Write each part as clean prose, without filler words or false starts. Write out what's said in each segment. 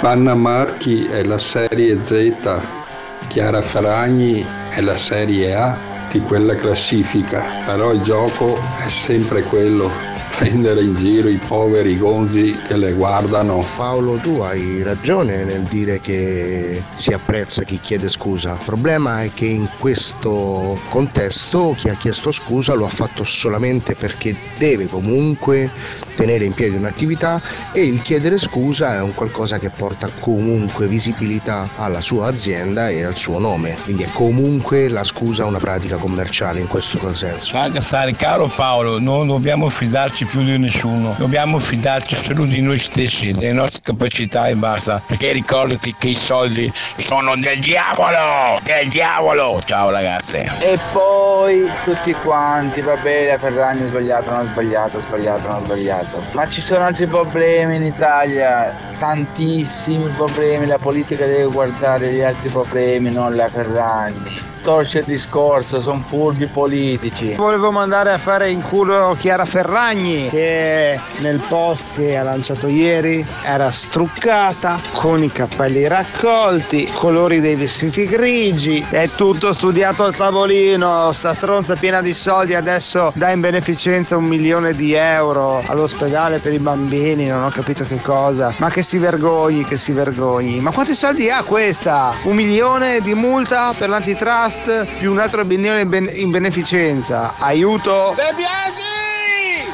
Vanna Marchi è la Serie Z, Chiara Ferragni è la Serie A di quella classifica, però il gioco è sempre quello, prendere in giro i poveri gonzi che le guardano. Paolo, tu hai ragione nel dire che si apprezza chi chiede scusa. Il problema è che in questo contesto chi ha chiesto scusa lo ha fatto solamente perché deve comunque tenere in piedi un'attività, e il chiedere scusa è un qualcosa che porta comunque visibilità alla sua azienda e al suo nome, quindi è comunque la scusa una pratica commerciale in questo senso. Lascia stare, caro Paolo, non dobbiamo fidarci più di nessuno, dobbiamo fidarci solo di noi stessi, delle nostre capacità e basta, perché ricordati che i soldi sono del diavolo, ciao ragazzi. E poi tutti quanti, va bene, Ferragni ha sbagliato, non ha sbagliato, ma ci sono altri problemi in Italia, tantissimi problemi, la politica deve guardare gli altri problemi, non la Ferragni. Torce il discorso, sono furbi politici. Volevo mandare a fare in culo Chiara Ferragni, che nel post che ha lanciato ieri era struccata, con i capelli raccolti, colori dei vestiti grigi, è tutto studiato al tavolino. Sta stronza piena di soldi adesso dà in beneficenza 1 milione di euro all'ospedale per i bambini, non ho capito che cosa, ma che si vergogni. Ma quanti soldi ha questa? 1 milione di multa per l'antitrust più un altro milione in beneficenza. Aiuto! De Biasi!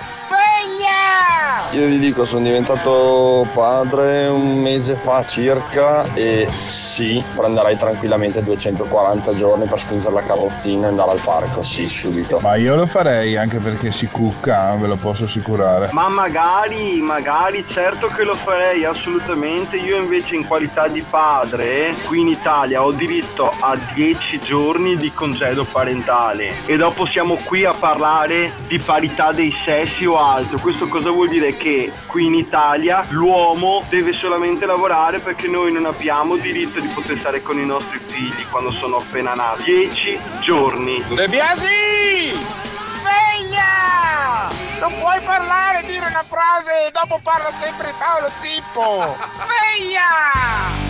Sveglia! Io vi dico, sono diventato padre 1 mese fa circa e sì, prenderai tranquillamente 240 giorni per spingere la carrozzina e andare al parco, sì, subito. Ma io lo farei anche perché si cucca, ve lo posso assicurare. Ma magari, certo che lo farei, assolutamente. Io invece in qualità di padre, qui in Italia ho diritto a 10 giorni di congedo parentale e dopo siamo qui a parlare di parità dei sessi o altro. Questo cosa vuol dire? Che qui in Italia l'uomo deve solamente lavorare perché noi non abbiamo diritto di poter stare con i nostri figli quando sono appena nati. 10 giorni. De Biasi! Sveglia! Non puoi parlare, dire una frase e dopo parla sempre Paolo Zippo! Sveglia!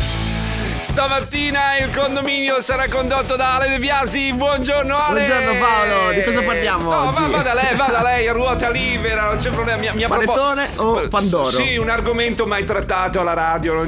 Stamattina il condominio sarà condotto da Ale De Biasi. Buongiorno Ale. Buongiorno Paolo, di cosa parliamo oggi? Vada lei, a ruota libera, non c'è problema. Panettone o Pandoro? Sì, un argomento mai trattato alla radio.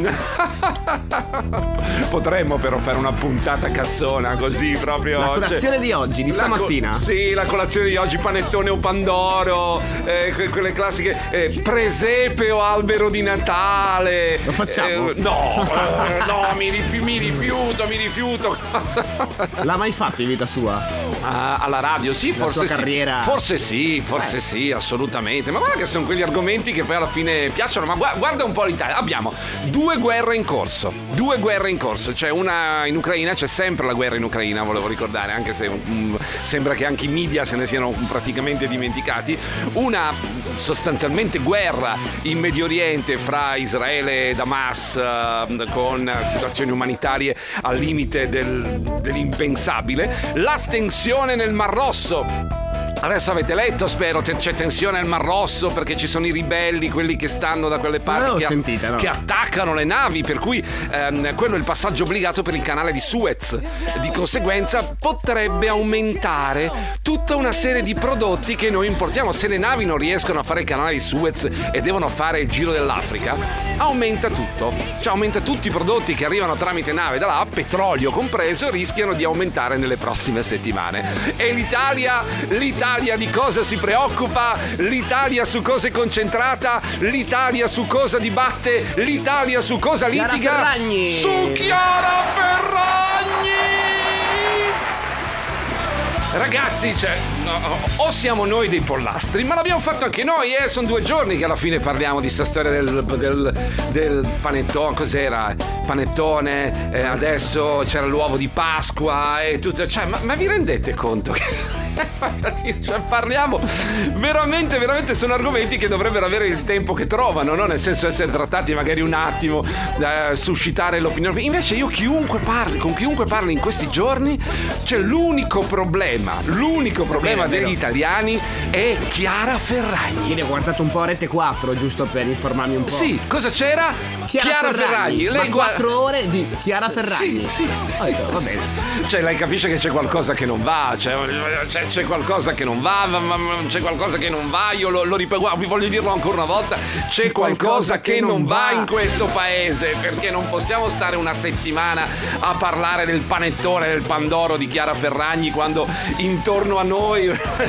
Potremmo però fare una puntata cazzona così proprio. La colazione di oggi, di stamattina. Sì, la colazione di oggi, panettone o Pandoro, quelle classiche, presepe o albero di Natale. Lo facciamo? No, mi rifiuto. L'ha mai fatto in vita sua? Alla radio, sì, la forse sua carriera. Forse sì, assolutamente. Ma guarda che sono quegli argomenti che poi alla fine piacciono. Ma guarda un po' l'Italia. Abbiamo 2 guerre in corso. C'è una in Ucraina, c'è sempre la guerra in Ucraina, volevo ricordare, anche se sembra che anche i media se ne siano praticamente dimenticati. Una sostanzialmente guerra in Medio Oriente fra Israele e Hamas, con situazioni umanitarie al limite dell'impensabile. La tensione nel Mar Rosso. Adesso avete letto, spero, c'è tensione nel Mar Rosso perché ci sono i ribelli, quelli che stanno da quelle parti che attaccano le navi, per cui quello è il passaggio obbligato per il canale di Suez. Di conseguenza potrebbe aumentare tutta una serie di prodotti che noi importiamo. Se le navi non riescono a fare il canale di Suez e devono fare il giro dell'Africa, aumenta tutto. Cioè aumenta tutti i prodotti che arrivano tramite nave da là, petrolio compreso, rischiano di aumentare nelle prossime settimane. E l'Italia di cosa si preoccupa? L'Italia su cosa è concentrata? L'Italia su cosa dibatte? L'Italia su cosa litiga? Su Chiara Ferragni! Ragazzi, o siamo noi dei pollastri, ma l'abbiamo fatto anche noi, sono 2 giorni che alla fine parliamo di sta storia del panettone, cos'era? panettone, adesso c'era l'uovo di Pasqua e tutto, cioè ma vi rendete conto che cioè, parliamo veramente sono argomenti che dovrebbero avere il tempo che trovano, no? Nel senso essere trattati magari un attimo, suscitare l'opinione. Invece io con chiunque parli in questi giorni, cioè l'unico problema degli italiani è Chiara Ferragni. Ieri ho guardato un po' Rete 4 giusto per informarmi un po'. Sì, cosa c'era? Chiara Ferragni. Lei 4 ore di Chiara Ferragni. Sì. Va bene. Cioè lei capisce che c'è qualcosa che non va, c'è qualcosa che non va, c'è qualcosa che non va, io lo ripeto, vi voglio dirlo ancora una volta, c'è qualcosa che non va in questo paese, perché non possiamo stare una settimana a parlare del panettone, del pandoro di Chiara Ferragni quando intorno a noi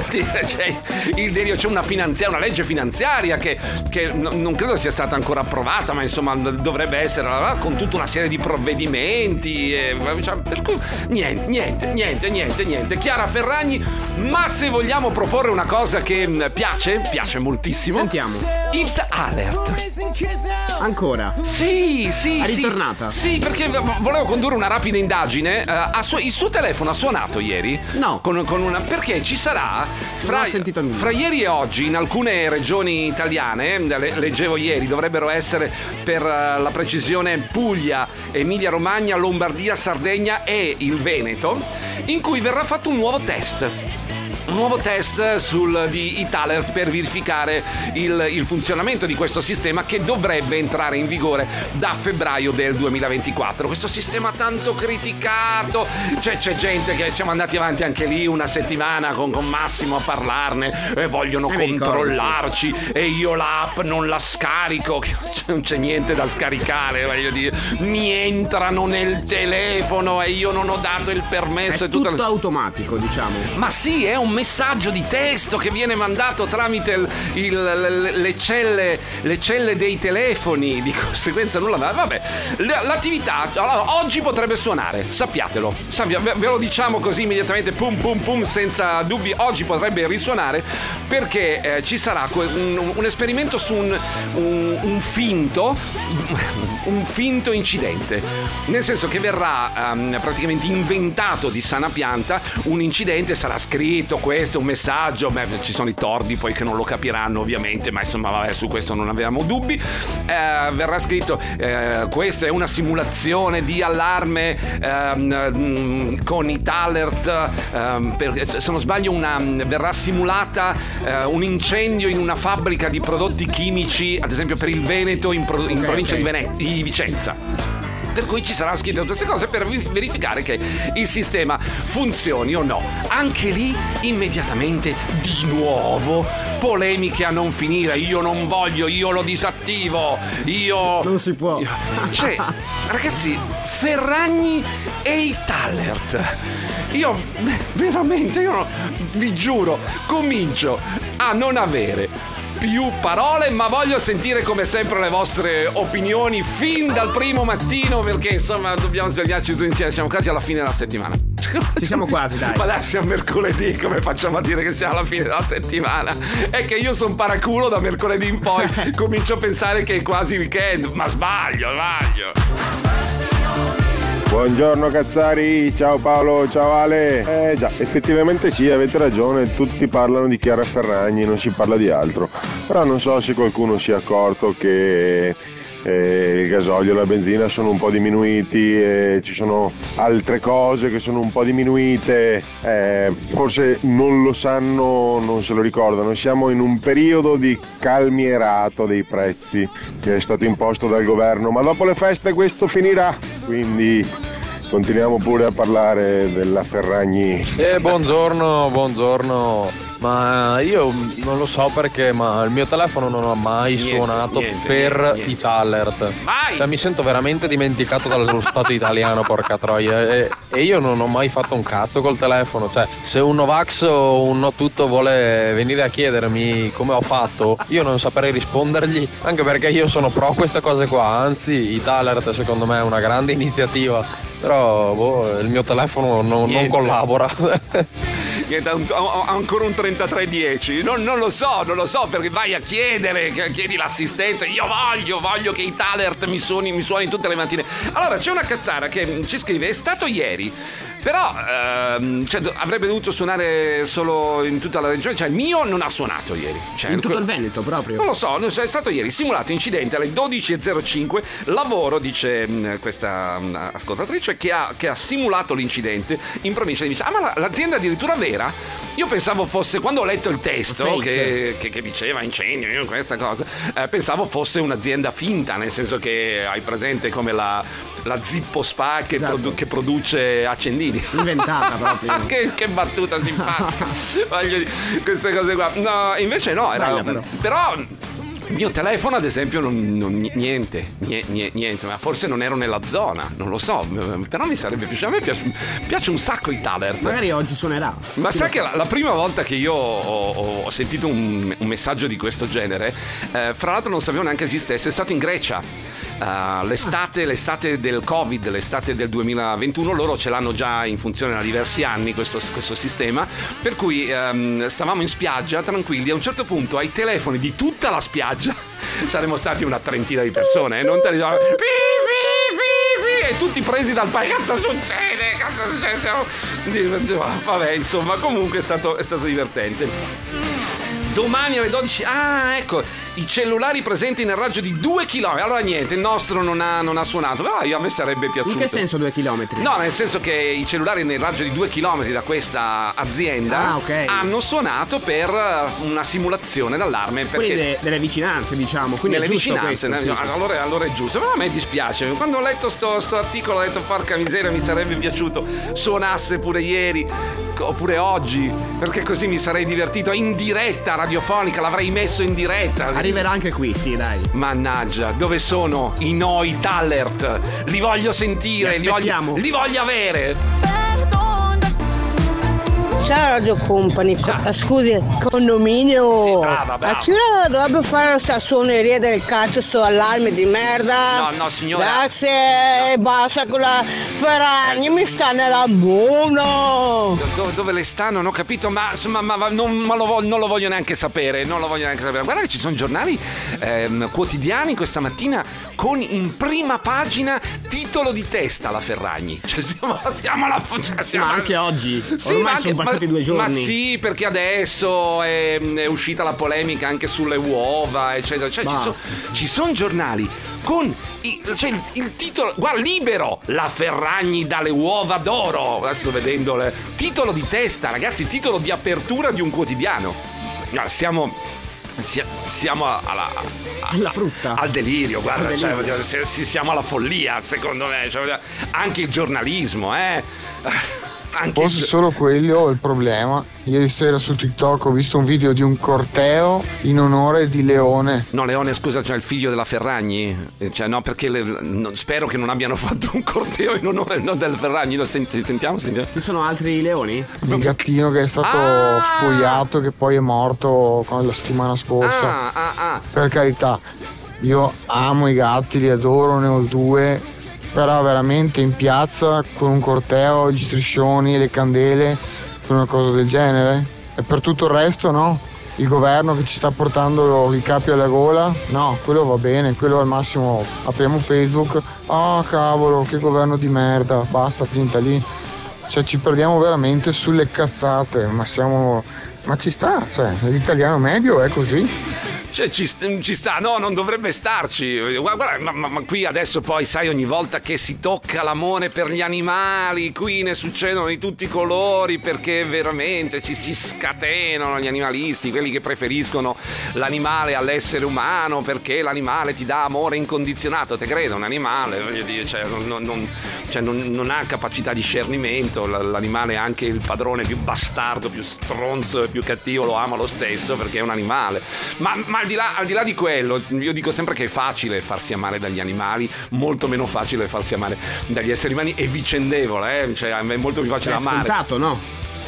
c'è una legge finanziaria che non credo sia stata ancora approvata, ma insomma dovrebbe essere con tutta una serie di provvedimenti, per cui niente. Chiara Ferragni, ma se vogliamo proporre una cosa che piace moltissimo, sentiamo. It Alert. Ancora? Sì. È ritornata? Sì, perché volevo condurre una rapida indagine. Il suo telefono ha suonato ieri? No. Con una, perché ci sarà fra ieri e oggi in alcune regioni italiane, leggevo ieri, dovrebbero essere per la precisione Puglia, Emilia Romagna, Lombardia, Sardegna e il Veneto, in cui verrà fatto un nuovo test di It Alert per verificare il funzionamento di questo sistema che dovrebbe entrare in vigore da febbraio del 2024. Questo sistema tanto criticato, c'è gente che siamo andati avanti anche lì una settimana con Massimo a parlarne e vogliono controllarci, e io l'app non la scarico, non c'è niente da scaricare, voglio dire, mi entrano nel telefono e io non ho dato il permesso. È tutto automatico, diciamo. Ma sì, è un messaggio di testo che viene mandato tramite le celle dei telefoni, di conseguenza nulla. Vabbè, l'attività oggi potrebbe suonare, sappiatelo, ve lo diciamo così immediatamente, pum senza dubbi, oggi potrebbe risuonare, perché ci sarà un esperimento su un finto incidente, nel senso che verrà praticamente inventato di sana pianta un incidente, sarà scritto questo, un messaggio, ci sono i tordi poi che non lo capiranno ovviamente, ma insomma vabbè, su questo non avevamo dubbi, verrà scritto questa è una simulazione di allarme con It Alert, se non sbaglio verrà simulata un incendio in una fabbrica di prodotti chimici, ad esempio per il Veneto in provincia di Vicenza. Per cui ci sarà scritto tutte queste cose per verificare che il sistema funzioni o no. Anche lì immediatamente di nuovo polemiche a non finire. Io non voglio, io lo disattivo, io non si può. Cioè, ragazzi, Ferragni e It Alert. Io veramente, vi giuro, comincio a non avere più parole, ma voglio sentire come sempre le vostre opinioni fin dal primo mattino, perché insomma dobbiamo svegliarci tutti insieme, siamo quasi alla fine della settimana. Ci siamo quasi, dai. Ma dai, siamo mercoledì, come facciamo a dire che siamo alla fine della settimana? È che io sono paraculo da mercoledì in poi, comincio a pensare che è quasi weekend, ma sbaglio. Buongiorno Cazzari, ciao Paolo, ciao Ale. Già, effettivamente sì, avete ragione, tutti parlano di Chiara Ferragni, non si parla di altro. Però non so se qualcuno si è accorto che il gasolio e la benzina sono un po' diminuiti e ci sono altre cose che sono un po' diminuite, forse non lo sanno, non se lo ricordano. Siamo in un periodo di calmierato dei prezzi che è stato imposto dal governo, ma dopo le feste questo finirà, quindi continuiamo pure a parlare della Ferragni. Buongiorno. Ma io non lo so perché, ma il mio telefono non ha mai suonato per It Alert. Mai! Cioè, mi sento veramente dimenticato dallo Stato italiano, porca troia. E io non ho mai fatto un cazzo col telefono. Cioè, se un Novax o un no tutto vuole venire a chiedermi come ho fatto, io non saprei rispondergli, anche perché io sono pro queste cose qua. Anzi, It Alert secondo me è una grande iniziativa. Però il mio telefono non collabora. Niente, ancora un 3310. Non lo so, perché vai a chiedi l'assistenza. Io voglio che i Talert mi suoni tutte le mattine. Allora c'è una cazzara che ci scrive: è stato ieri. Però avrebbe dovuto suonare solo in tutta la regione. Cioè il mio non ha suonato ieri, in tutto il Veneto proprio. Non lo so, è stato ieri simulato incidente alle 12.05. Lavoro, dice questa ascoltatrice, che ha simulato l'incidente in provincia di Vicenza. Ma l'azienda addirittura vera? Io pensavo fosse, quando ho letto il testo che diceva incendio, questa cosa, pensavo fosse un'azienda finta, nel senso che hai presente come la Zippo Spa che, esatto, che produce accendini. Inventata proprio. che battuta simpatica. Voglio dire, queste cose qua. No, invece no, era però il mio telefono, ad esempio, niente, ma forse non ero nella zona, non lo so, però mi sarebbe piaciuto. A me piace un sacco i Talert. Magari oggi suonerà. Ma sai che la prima volta che io ho sentito un messaggio di questo genere, fra l'altro non sapevo neanche esistesse, è stato in Grecia. L'estate del Covid, l'estate del 2021, loro ce l'hanno già in funzione da diversi anni questo sistema, per cui stavamo in spiaggia tranquilli, a un certo punto ai telefoni di tutta la spiaggia saremmo stati una trentina di persone, non te li do... e tutti presi dal cazzo succede. Vabbè, insomma, comunque è stato divertente. Domani alle 12. Ah, ecco, i cellulari presenti nel raggio di 2 km. Allora niente, il nostro non ha suonato. Però a me sarebbe piaciuto. In che senso 2 km? No, nel senso che i cellulari nel raggio di 2 km da questa azienda hanno suonato per una simulazione d'allarme. Quindi delle vicinanze, diciamo. Quindi nelle vicinanze, questo, sì. Allora è giusto. Però a me dispiace. Quando ho letto sto articolo ho detto porca miseria, mi sarebbe piaciuto suonasse pure ieri oppure oggi, perché così mi sarei divertito in diretta radiofonica, l'avrei messo in diretta. Arriverà anche qui, sì, dai. Mannaggia, dove sono i noi Talert? Li voglio sentire, li voglio avere. Ciao Radio Company, scusi, condominio. Sì, brava. A che ora dovrebbe fare questa suoneria del cazzo su allarme di merda? No, signora. Grazie, basta con la Ferragni, mi sta nella buono. Dove le stanno? Non ho capito, ma non lo voglio neanche sapere. Guarda che ci sono giornali quotidiani questa mattina con in prima pagina titolo di testa la Ferragni. Cioè ma anche oggi. Ormai sono passati 2 giorni. Ma sì, perché adesso è uscita la polemica anche sulle uova, eccetera. Cioè, ci sono giornali con il titolo, guarda, Libero, la Ferragni dalle uova d'oro. Adesso sto vedendo il titolo di testa, ragazzi, titolo di apertura di un quotidiano. No, siamo alla frutta, al delirio, guarda, siamo alla follia, secondo me. Anche il giornalismo, Forse solo quello è il problema. Ieri sera su TikTok ho visto un video di un corteo in onore di Leone. No, Leone, scusa, il figlio della Ferragni? No, perché spero che non abbiano fatto un corteo in onore del Ferragni. Sentiamo. Ci sono altri leoni? Il gattino che è stato spogliato, che poi è morto la settimana scorsa. Per carità, io amo i gatti, li adoro, ne ho 2. Però veramente in piazza con un corteo, gli striscioni, le candele, una cosa del genere? E per tutto il resto no? Il governo che ci sta portando i capi alla gola? No, quello va bene, quello al massimo apriamo Facebook, cavolo, che governo di merda, basta, finta lì. Cioè ci perdiamo veramente sulle cazzate, ma ci sta, l'italiano medio è così. Ci sta, no, non dovrebbe starci. Guarda, ma qui adesso poi sai, ogni volta che si tocca l'amore per gli animali, qui ne succedono di tutti i colori, perché veramente ci si scatenano gli animalisti, quelli che preferiscono l'animale all'essere umano perché l'animale ti dà amore incondizionato. Te credo, un animale, voglio dire, non ha capacità di discernimento. L'animale, anche il padrone più bastardo, più stronzo e più cattivo, lo ama lo stesso perché è un animale. Ma al di là di quello, io dico sempre che è facile farsi amare dagli animali, molto meno facile farsi amare dagli esseri umani, e vicendevole, è molto più facile amare. È scontato, no?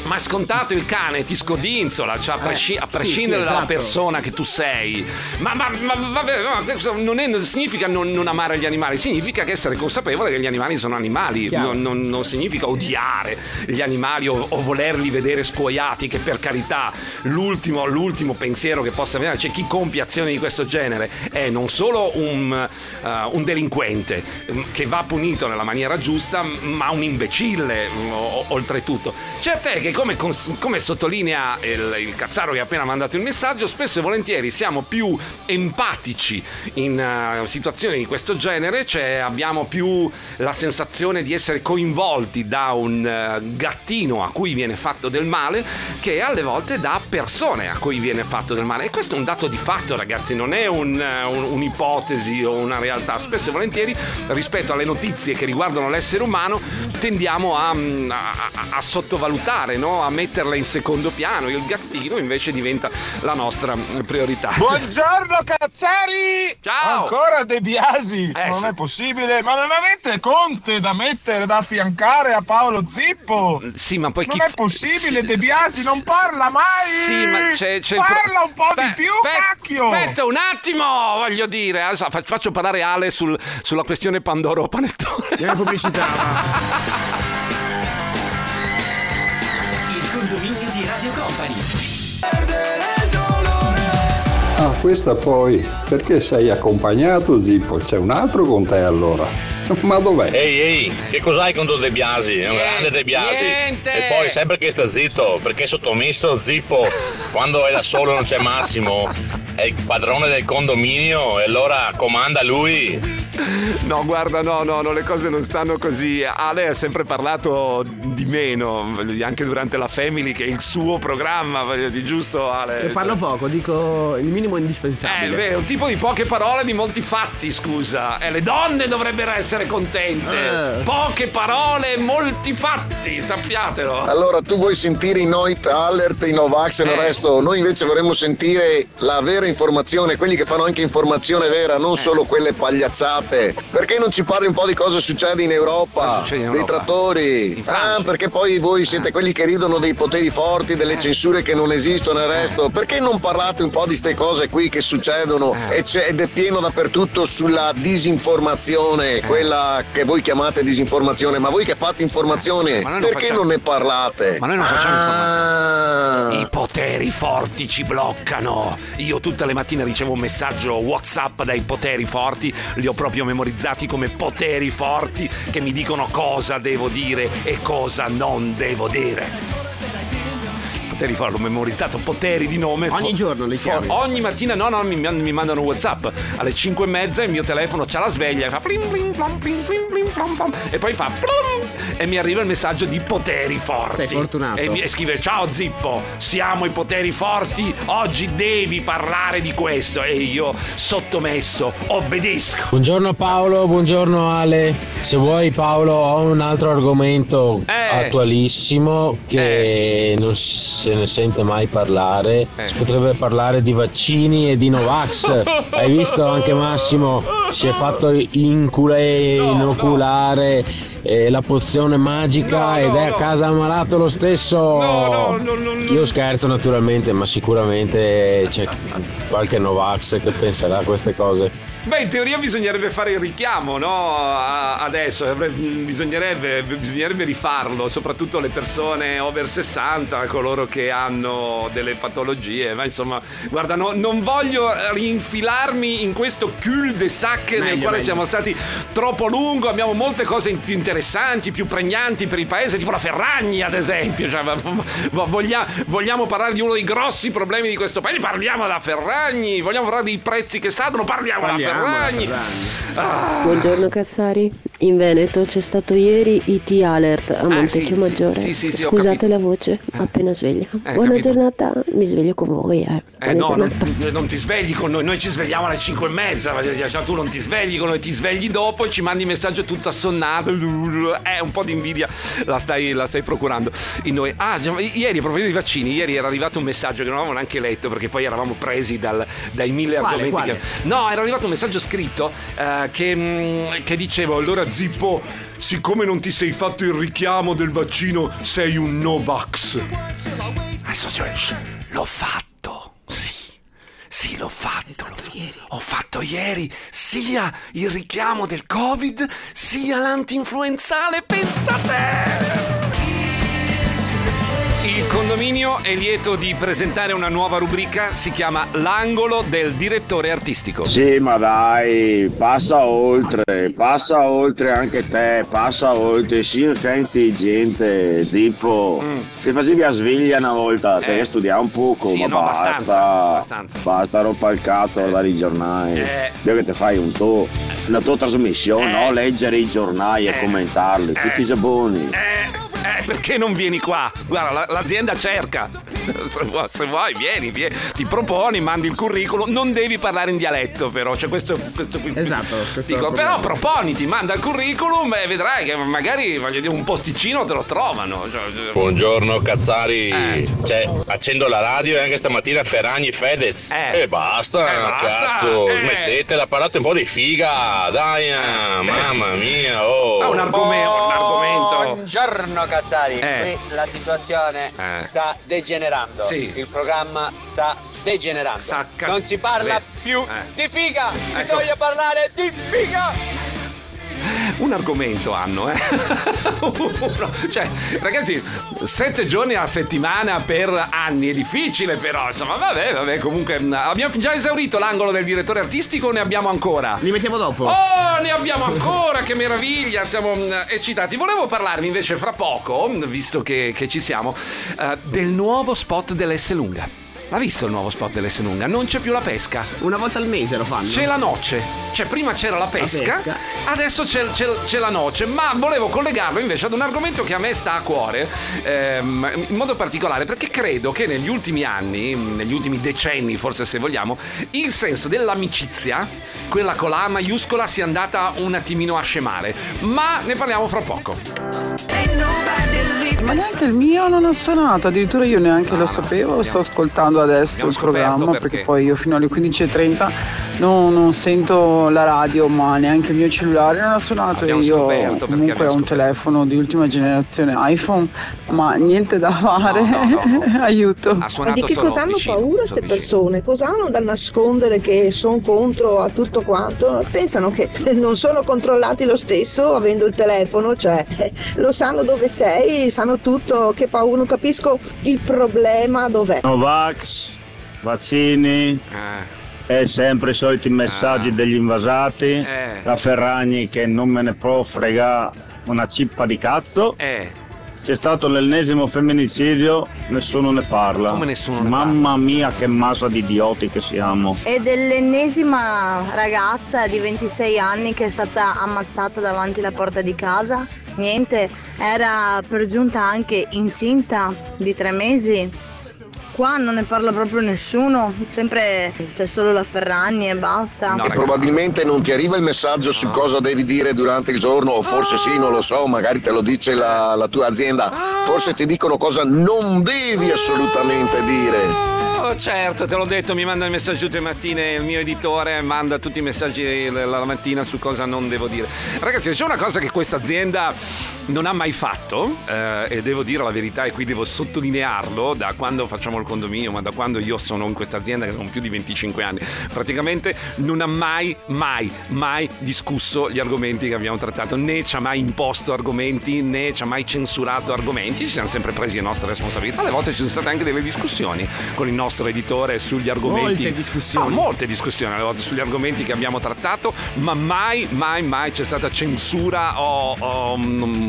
Ma è scontato, il cane ti scodinzola, cioè a prescindere dalla persona che tu sei. Ma vabbè, questo non significa non amare gli animali, significa che essere consapevole che gli animali sono animali. Non significa odiare gli animali o volerli vedere scuoiati, che per carità l'ultimo pensiero che possa avere, c'è chi compie azioni di questo genere è non solo un delinquente che va punito nella maniera giusta, ma un imbecille oltretutto. Certo è che come sottolinea il Cazzaro che ha appena mandato il messaggio, spesso e volentieri siamo più empatici in situazioni di questo genere, cioè abbiamo più la sensazione di essere coinvolti da un gattino a cui viene fatto del male che alle volte da persone a cui viene fatto del male. E questo è un dato di fatto, ragazzi, non è un'ipotesi o una realtà. Spesso e volentieri rispetto alle notizie che riguardano l'essere umano tendiamo a sottovalutare, no? A metterle in secondo piano. Il gattino invece diventa la nostra priorità. Buongiorno Cazzari! Ciao! Ancora De Biasi? Non è possibile, ma non avete Conte da mettere, da affiancare a Paolo Zippo? Sì, ma poi non è possibile, De Biasi non parla mai! Sì, ma c'è parla un po' di più, cacchio! Aspetta un attimo, voglio dire. Adesso faccio parlare Ale sulla questione Pandoro o Panettone. La pubblicità. Il condominio di Radio Company. Ah, questa poi, perché sei accompagnato, Zippo? C'è un altro con te allora? Ma dov'è? Ehi, che cos'hai contro De Biasi? È un grande De Biasi. Niente. E poi sempre che sta zitto, perché è sottomesso Zippo. Quando è da solo non c'è Massimo, è il padrone del condominio e allora comanda lui. No, guarda, no, le cose non stanno così. Ale ha sempre parlato di meno, anche durante la Family, che è il suo programma, giusto Ale? E parlo poco, dico il minimo indispensabile. È un tipo di poche parole, di molti fatti, scusa. Le donne dovrebbero essere contente. Poche parole, molti fatti, sappiatelo. Allora, tu vuoi sentire i Noit Alert, i Novax e il resto? Noi invece vorremmo sentire la vera informazione, quelli che fanno anche informazione vera, non solo quelle pagliacciate. Perché non ci parli un po' di cosa succede in Europa? Dei trattori? Perché poi voi siete quelli che ridono dei poteri forti, delle censure che non esistono e il resto. Perché non parlate un po' di ste cose qui che succedono ed è pieno dappertutto sulla disinformazione, quella che voi chiamate disinformazione, ma voi che fate informazione, perché non ne parlate? Ma noi non facciamo informazione. I poteri forti ci bloccano. Io tutte le mattine ricevo un messaggio WhatsApp dai poteri forti, li ho proprio memorizzati come poteri forti che mi dicono cosa devo dire e cosa non devo dire. Poteri forti, l'ho memorizzato, poteri di nome. Ogni giorno li chiami? Ogni mattina mi mandano WhatsApp alle 5:30, il mio telefono c'ha la sveglia, fa plim plim plom, plim plim plim plom, plom, e poi fa plum, e mi arriva il messaggio di poteri forti. Sei fortunato. E scrive: ciao Zippo, siamo i poteri forti, oggi devi parlare di questo. E io, sottomesso, obbedisco. Buongiorno Paolo, buongiorno Ale. Se vuoi Paolo, ho un altro argomento attualissimo che non si se ne sente mai parlare. Si potrebbe parlare di vaccini e di Novax. Hai visto anche Massimo si è fatto inoculare la pozione magica ed è a casa ammalato lo stesso. Io scherzo naturalmente, ma sicuramente c'è qualche Novax che penserà a queste cose. Beh, in teoria bisognerebbe fare il richiamo, no? Adesso bisognerebbe rifarlo, soprattutto le persone over 60, coloro che hanno delle patologie. Ma insomma, guarda, non voglio rinfilarmi in questo cul-de-sac nel quale siamo stati troppo a lungo. Abbiamo molte cose più interessanti, più pregnanti per il paese, tipo la Ferragni, ad esempio. Cioè, vogliamo parlare di uno dei grossi problemi di questo paese? Parliamo della Ferragni. Vogliamo parlare dei prezzi che salgono? Parliamo della Ferragni. Buongiorno Cazzari, in Veneto c'è stato ieri IT Alert a Montecchio Maggiore. Scusate la voce, appena sveglia. Buona giornata, mi sveglio con voi. No, non ti svegli con noi ci svegliamo alle 5:30. Cioè, tu non ti svegli con noi, ti svegli dopo e ci mandi messaggio tutto assonnato. Un po' di invidia la stai procurando in noi. Ieri, a proposito di vaccini, ieri era arrivato un messaggio che non avevamo neanche letto perché poi eravamo presi dai mille argomenti. No, era arrivato un messaggio scritto che dicevo: allora Zippo, siccome non ti sei fatto il richiamo del vaccino, sei un Novax. Adesso l'ho fatto. Sì, l'ho fatto. Ho fatto ieri sia il richiamo del Covid, sia l'antinfluenzale. Pensa a te! Il condominio è lieto di presentare una nuova rubrica, si chiama L'angolo del direttore artistico. Sì, ma dai, passa oltre anche te, passa oltre, sì, senti gente, Zippo, ti facevi a sveglia una volta, te studiare un poco, sì, ma no, basta, rompa il cazzo, guardare i giornali, io che te fai una tua trasmissione, no? Leggere i giornali e commentarli, tutti i saboni. Perché non vieni qua? Guarda, l'azienda cerca. Se vuoi, vieni, ti proponi, mandi il curriculum. Non devi parlare in dialetto, però. Cioè, questo qui. Esatto. Dico, però proponiti, manda il curriculum e vedrai che magari, voglio dire, un posticino te lo trovano. Buongiorno, Cazzari. Cioè, accendo la radio e anche stamattina Ferragni Fedez. E basta, cazzo. Smettetela, parlate un po' di figa. Dai, mamma mia. Un argomento. Buongiorno, Cazzari. Qui la situazione sta degenerando. Sì. Il programma sta degenerando. Non si parla più di figa. Bisogna parlare di figa. Un argomento hanno, Cioè, ragazzi, 7 giorni a settimana per anni è difficile, però insomma, vabbè, comunque abbiamo già esaurito l'angolo del direttore artistico o ne abbiamo ancora? Li mettiamo dopo. Oh, ne abbiamo ancora, che meraviglia, siamo eccitati. Volevo parlarvi invece fra poco, visto che ci siamo, del nuovo spot dell'Esselunga. L'ha visto il nuovo spot dell'Esselunga? Non c'è più la pesca. Una volta al mese lo fanno. C'è la noce. Cioè, prima c'era la pesca. Adesso c'è la noce. Ma volevo collegarlo invece ad un argomento che a me sta a cuore, in modo particolare, perché credo che negli ultimi anni, negli ultimi decenni forse, se vogliamo, il senso dell'amicizia, quella con la A maiuscola, sia andata un attimino a scemare. Ma ne parliamo fra poco. Ma neanche il mio non ha suonato, addirittura io neanche lo sapevo, sto ascoltando adesso il programma perché poi io fino alle 15:30 non sento la radio, ma neanche il mio cellulare non ha suonato. Io comunque ho un telefono di ultima generazione iPhone, ma niente da fare. No. Aiuto. Ma di che cosa hanno paura queste persone? Cosa hanno da nascondere che sono contro a tutto quanto? Pensano che non sono controllati lo stesso avendo il telefono, cioè lo sanno dove sei, sanno tutto, che paura, non capisco il problema dov'è. Novax, vaccini, e sempre i soliti messaggi degli invasati, la Ferragni che non me ne può fregare una cippa di cazzo. C'è stato l'ennesimo femminicidio, nessuno ne parla. Come nessuno ne Mamma mia, che massa di idioti che siamo. E dell'ennesima ragazza di 26 anni che è stata ammazzata davanti alla porta di casa. Niente, era per giunta anche incinta di 3 mesi. Qua non ne parla proprio nessuno, sempre c'è solo la Ferragni e basta. E probabilmente non ti arriva il messaggio su cosa devi dire durante il giorno, o forse sì, non lo so, magari te lo dice la tua azienda, forse ti dicono cosa non devi assolutamente dire. Certo, te l'ho detto, mi manda il messaggio tutte le mattine, il mio editore manda tutti i messaggi la mattina su cosa non devo dire. Ragazzi, c'è una cosa che questa azienda non ha mai fatto, e devo dire la verità, e qui devo sottolinearlo, da quando facciamo il condominio, ma da quando io sono in questa azienda, che sono più di 25 anni, praticamente non ha mai discusso gli argomenti che abbiamo trattato, né ci ha mai imposto argomenti, né ci ha mai censurato argomenti. Ci siamo sempre presi le nostre responsabilità. Alle volte ci sono state anche delle discussioni con il nostro editore sugli argomenti. Molte discussioni alle volte sugli argomenti che abbiamo trattato, ma mai c'è stata censura o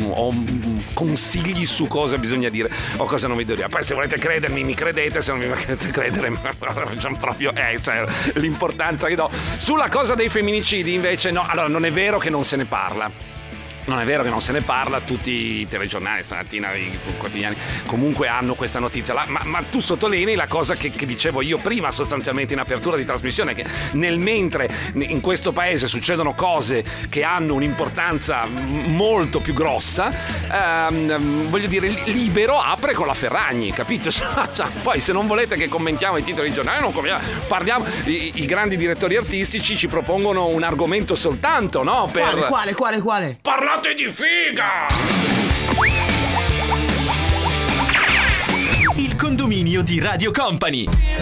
consigli su cosa bisogna dire o cosa non vi devo dire. Poi se volete credermi mi credete, se non mi volete credere facciamo proprio cioè, l'importanza che do. Sulla cosa dei femminicidi invece no, allora non è vero che non se ne parla. Non è vero che non se ne parla, tutti i telegiornali stamattina, i quotidiani comunque hanno questa notizia là, ma tu sottolinei la cosa che dicevo io prima sostanzialmente in apertura di trasmissione, che nel mentre in questo paese succedono cose che hanno un'importanza molto più grossa, voglio dire, Libero apre con la Ferragni, capito? Poi se non volete che commentiamo i titoli di giornale, non parliamo, i grandi direttori artistici ci propongono un argomento soltanto, no? Quale? Parlate di figa! Il condominio di Radio Company.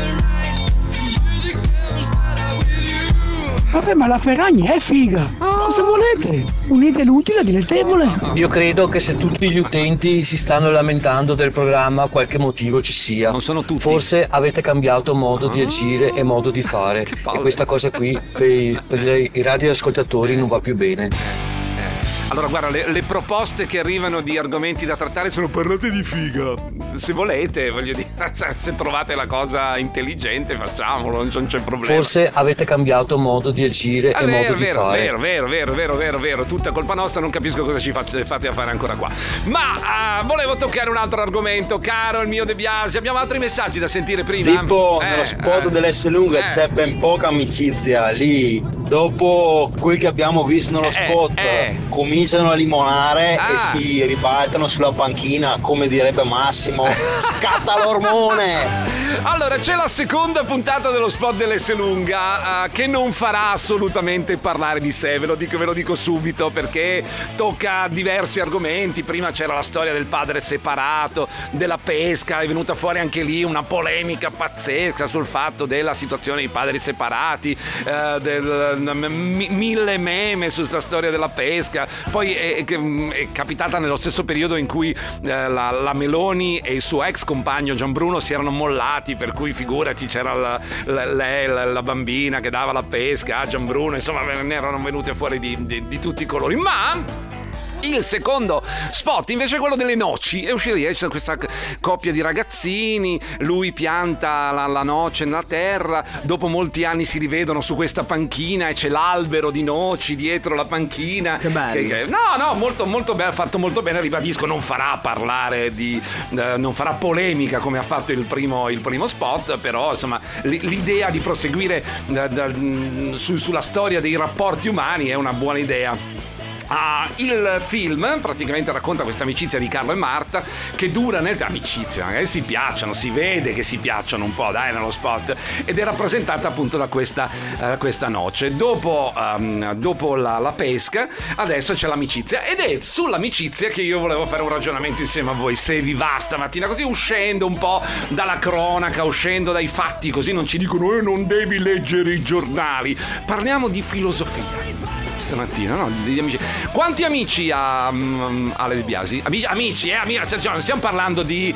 Vabbè, ma la Ferragni è figa. Cosa volete? Unite l'utile al dilettevole. Io credo che se tutti gli utenti si stanno lamentando del programma, qualche motivo ci sia. Non sono tutti. Forse avete cambiato modo di agire e modo di fare. E questa cosa qui per i radioascoltatori non va più bene. Allora guarda, le proposte che arrivano di argomenti da trattare sono: parlate di figa. Se volete, voglio dire, se trovate la cosa intelligente, facciamolo, non c'è problema. Forse avete cambiato modo di agire e modo di fare. Vero, tutta colpa nostra, non capisco cosa ci fate a fare ancora qua. Ma volevo toccare un altro argomento, caro il mio De Biasi. Abbiamo altri messaggi da sentire prima. Zippo, nello spot dell'S lunga c'è ben poca amicizia lì. Dopo quel che abbiamo visto nello spot, cominciano a limonare e si ribaltano sulla panchina, come direbbe Massimo. Scatta l'ormone! Allora, c'è la seconda puntata dello spot dell'S lunga che non farà assolutamente parlare di sé, ve lo dico subito, perché tocca diversi argomenti. Prima c'era la storia del padre separato, della pesca, è venuta fuori anche lì una polemica pazzesca sul fatto della situazione dei padri separati, mille meme su questa storia della pesca. Poi è capitata nello stesso periodo in cui la Meloni e il suo ex compagno Gianbruno si erano mollati, per cui figurati, c'era la bambina che dava la pesca a Gianbruno, insomma ne erano venute fuori di tutti i colori. Ma il secondo spot invece è quello delle noci. È uscita ieri questa coppia di ragazzini, lui pianta la noce nella terra, dopo molti anni si rivedono su questa panchina e c'è l'albero di noci dietro la panchina. Che bello. No, molto bello, fatto molto bene. Ribadisco, non farà parlare non farà polemica come ha fatto il primo spot, però insomma l'idea di proseguire sulla storia dei rapporti umani è una buona idea. Il film praticamente racconta questa amicizia di Carlo e Marta che dura amicizia, magari si piacciono, si vede che si piacciono un po', dai, nello spot, ed è rappresentata appunto da questa noce. Dopo la pesca adesso c'è l'amicizia, ed è sull'amicizia che io volevo fare un ragionamento insieme a voi. Se vi va stamattina così, uscendo un po' dalla cronaca, uscendo dai fatti, così non ci dicono non devi leggere i giornali, parliamo di filosofia stamattina, no? Degli amici. Quanti amici ha Ale De Biasi? Amici, attenzione, stiamo parlando di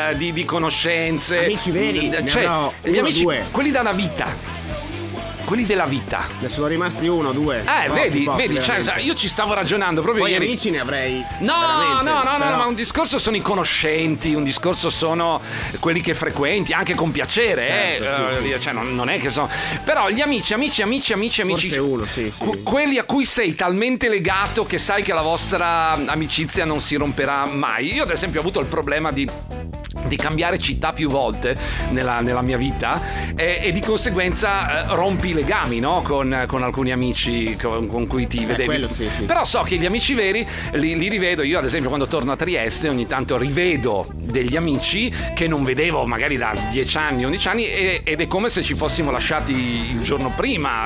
conoscenze. Amici veri, gli amici, due. Quelli dalla vita. Quelli della vita. Ne sono rimasti uno, due. Vedi, cioè, io ci stavo ragionando proprio poi ieri. Amici ne avrei. No, ma un discorso sono i conoscenti, un discorso sono quelli che frequenti, anche con piacere, certo, sì. Cioè, non è che sono. Però gli amici. Forse uno, sì. Quelli a cui sei talmente legato che sai che la vostra amicizia non si romperà mai. Io ad esempio ho avuto il problema di cambiare città più volte nella mia vita e di conseguenza rompi i legami, no? Con alcuni amici con cui ti vedevi. Quello sì. Però so che gli amici veri li rivedo. Io ad esempio quando torno a Trieste ogni tanto rivedo degli amici che non vedevo magari da 10 anni, 11 anni ed è come se ci fossimo lasciati il giorno prima,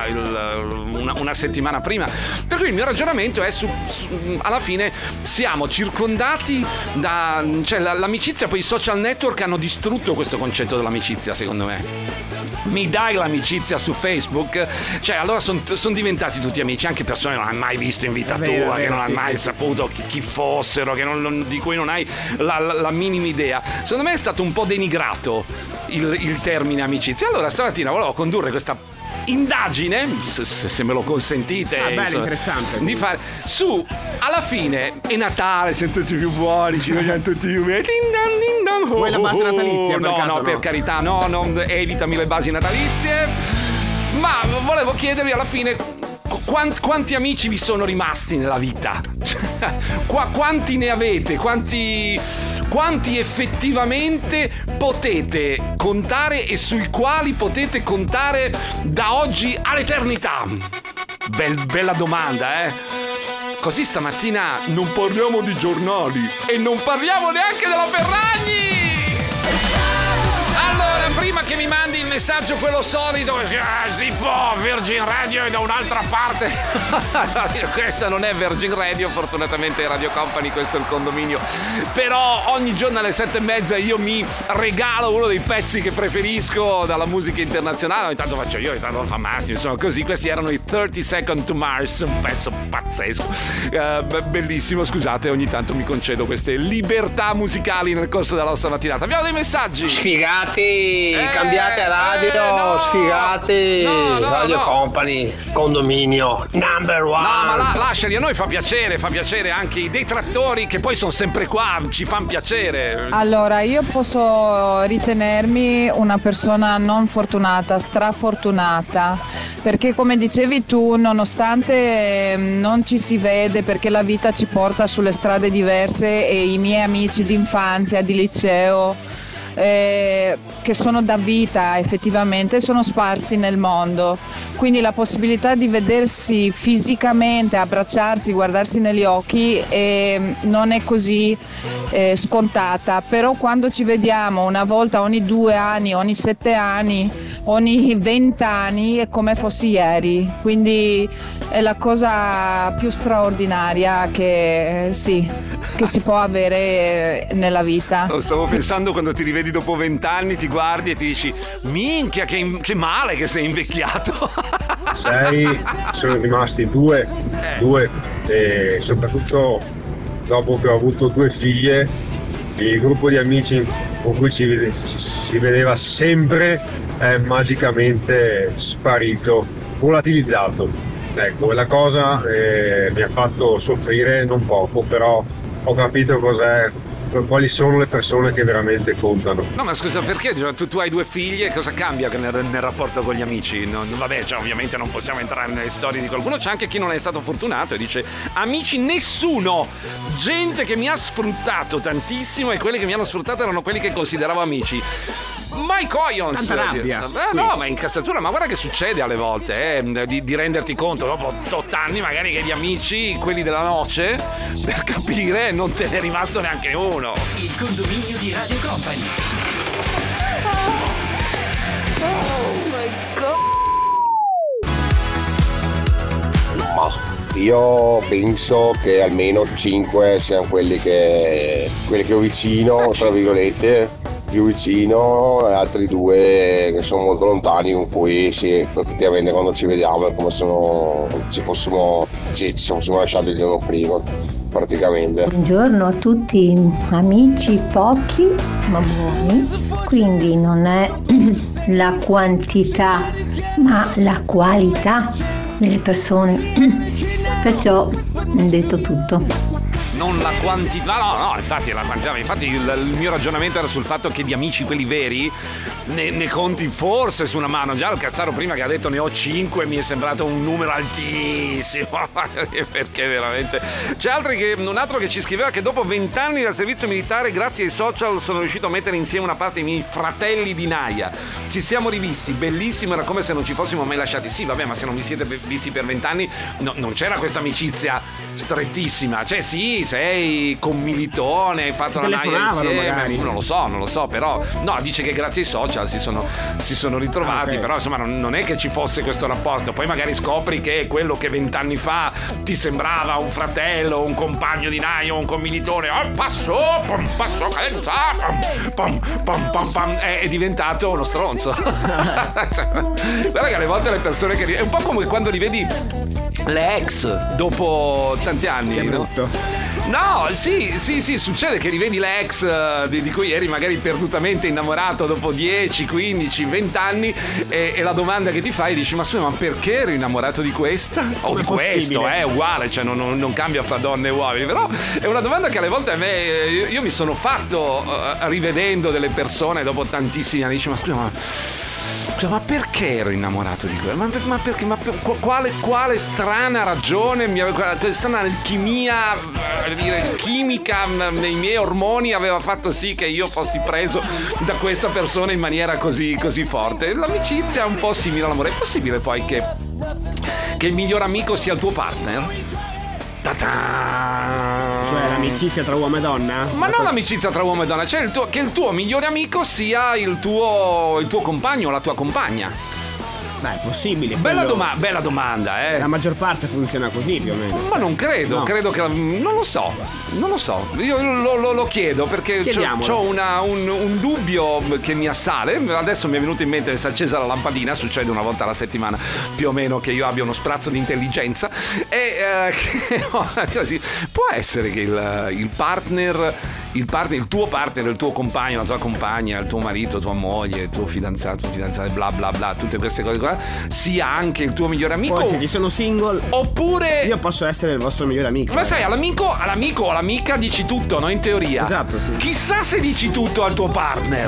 una settimana prima. Per cui il mio ragionamento è alla fine siamo circondati cioè l'amicizia, poi i social network hanno distrutto questo concetto dell'amicizia, secondo me. Mi dai l'amicizia su Facebook? Cioè allora sono diventati tutti amici, anche persone che non hai mai visto in vita tua, che non hai mai saputo chi fossero, di cui non hai la minima idea. Secondo me è stato un po' denigrato il termine amicizia. Allora stamattina volevo condurre questa indagine, se me lo consentite, bello, interessante, di fare alla fine è Natale, siamo tutti più buoni, ci vediamo tutti più bene. Vuoi la base natalizia? No, per carità, no, evitami le basi natalizie. Ma volevo chiedervi alla fine quanti amici vi sono rimasti nella vita? Quanti ne avete? Quanti effettivamente potete contare e sui quali potete contare da oggi all'eternità? Bella domanda, eh? Così stamattina non parliamo di giornali e non parliamo neanche della Ferragni! Allora, prima che mi mandi il messaggio quello solito, Zippo, Virgin Radio è da un'altra parte. Questa non è Virgin Radio, fortunatamente è Radio Company, questo è il condominio. Però ogni giorno alle 7:30 io mi regalo uno dei pezzi che preferisco dalla musica internazionale. Ogni tanto faccio io, ogni tanto fa Massimo, insomma così. Questi erano i 30 Seconds to Mars, un pezzo pazzesco, bellissimo. Scusate, ogni tanto mi concedo queste libertà musicali nel corso della nostra mattinata. Abbiamo dei messaggi. Sfigati, cambiate radio, no, sfigati, no, Radio Company, condominio, number one. No, ma lasciali, a noi fa piacere anche i detrattori che poi sono sempre qua, ci fanno piacere. Allora, io posso ritenermi una persona non fortunata, strafortunata, perché come dicevi tu, nonostante non ci si vede perché la vita ci porta sulle strade diverse e i miei amici d'infanzia, di liceo, che sono da vita effettivamente, sono sparsi nel mondo, quindi la possibilità di vedersi fisicamente, abbracciarsi, guardarsi negli occhi non è così scontata, però quando ci vediamo una volta ogni 2 anni, ogni 7 anni, ogni 20 anni è come fossi ieri, quindi è la cosa più straordinaria che si può avere nella vita. Lo stavo pensando quando ti rivedi dopo 20 anni, ti guardi e ti dici minchia che male che sei invecchiato. Sono rimasti due e soprattutto dopo che ho avuto 2 figlie, il gruppo di amici con cui si vedeva sempre è magicamente sparito, volatilizzato. Ecco, la cosa mi ha fatto soffrire non poco, però ho capito quali sono le persone che veramente contano. No, ma scusa, perché tu hai 2 figlie, cosa cambia nel rapporto con gli amici? Vabbè, ovviamente non possiamo entrare nelle storie di qualcuno, c'è anche chi non è stato fortunato e dice amici nessuno, gente che mi ha sfruttato tantissimo e quelli che mi hanno sfruttato erano quelli che consideravo amici. My coins! Tanta rabbia. No, ma incazzatura, ma guarda che succede alle volte, di renderti conto dopo 8 anni magari che gli amici, quelli della noce, per capire, non te ne è rimasto neanche uno. Il condominio di Radio Company. Oh my god. Ma io penso che almeno 5 siano quelli che ho vicino, tra virgolette, più vicino, e altri 2 che sono molto lontani, con cui sì, effettivamente quando ci vediamo è come se ci fossimo lasciati il giorno prima, praticamente. Buongiorno a tutti, amici pochi ma buoni, quindi non è la quantità ma la qualità delle persone, perciò detto tutto. Non la quantità, no, infatti la quantità, infatti il mio ragionamento era sul fatto che di amici quelli veri ne conti forse su una mano. Già il Cazzaro prima che ha detto ne ho 5 mi è sembrato un numero altissimo, perché veramente c'è un altro che ci scriveva che dopo 20 anni da servizio militare grazie ai social sono riuscito a mettere insieme una parte dei miei fratelli di Naia, ci siamo rivisti, bellissimo, era come se non ci fossimo mai lasciati. Sì, vabbè, ma se non vi siete visti per 20 anni non c'era questa amicizia strettissima, cioè sì, sei commilitone, hai fatto la Naia insieme magari. Non lo so, però no, dice che grazie ai social si sono ritrovati, okay. Però insomma non è che ci fosse questo rapporto, poi magari scopri che quello che 20 anni fa ti sembrava un fratello, un compagno di Naia, un commilitone, passo cadenza, è diventato uno stronzo. Guarda che alle volte le persone che è un po' come quando li vedi le ex dopo tanti anni. Che brutto. No, sì, succede che rivedi le ex di cui eri magari perdutamente innamorato dopo 10, 15, 20 anni e la domanda che ti fai dici ma scusa, ma perché eri innamorato di questa? O di questo, è uguale, cioè non cambia fra donne e uomini, però è una domanda che alle volte a me, io mi sono fatto rivedendo delle persone dopo tantissimi anni, dici ma scusa, ma Scusa, ma perché ero innamorato di quello? Ma perché? Quale strana ragione, quale strana alchimia, chimica nei miei ormoni aveva fatto sì che io fossi preso da questa persona in maniera così forte? L'amicizia è un po' simile all'amore. È possibile poi che il miglior amico sia il tuo partner? Ta-ta! Cioè l'amicizia tra uomo e donna? Ma non l'amicizia tra uomo e donna, cioè che il tuo migliore amico sia il tuo compagno o la tua compagna. Beh, è possibile. Bella domanda, La maggior parte funziona così più o meno. Ma non credo, credo che non lo so. Io lo chiedo perché ho un dubbio che mi assale. Adesso mi è venuto in mente che si è accesa la lampadina, succede una volta alla settimana più o meno che io abbia uno sprazzo di intelligenza e così. Può essere che il tuo partner, il tuo compagno, la tua compagna, il tuo marito, tua moglie, il tuo fidanzato, bla bla bla, tutte queste cose qua, sia anche il tuo migliore amico. Poi se ci sono single, oppure io posso essere il vostro migliore amico. Ma sai, all'amico o all'amica dici tutto, no? In teoria. Esatto, sì. Chissà se dici tutto al tuo partner.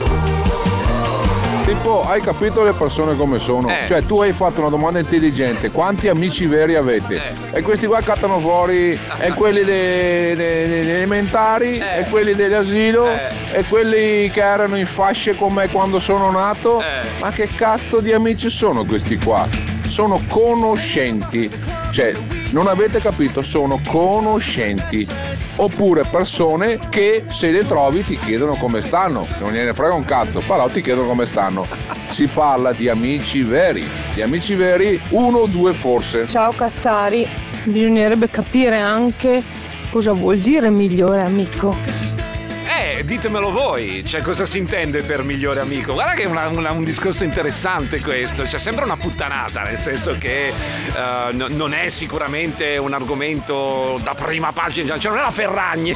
Tipo, hai capito le persone come sono? Cioè, tu hai fatto una domanda intelligente: quanti amici veri avete? E questi qua cattano fuori e quelli degli elementari, e quelli dell'asilo, e quelli che erano in fasce con me quando sono nato. Ma che cazzo di amici sono questi qua? Sono conoscenti. Cioè, non avete capito? Sono conoscenti. Oppure persone che se le trovi ti chiedono come stanno, non gliene frega un cazzo, però ti chiedono come stanno. Si parla di amici veri, uno o due forse. Ciao Cazzari, bisognerebbe capire anche cosa vuol dire migliore amico. Ditemelo voi, cioè cosa si intende per migliore amico? Guarda che è un discorso interessante questo, cioè sembra una puttanata, nel senso che non è sicuramente un argomento da prima pagina, cioè non è la Ferragni.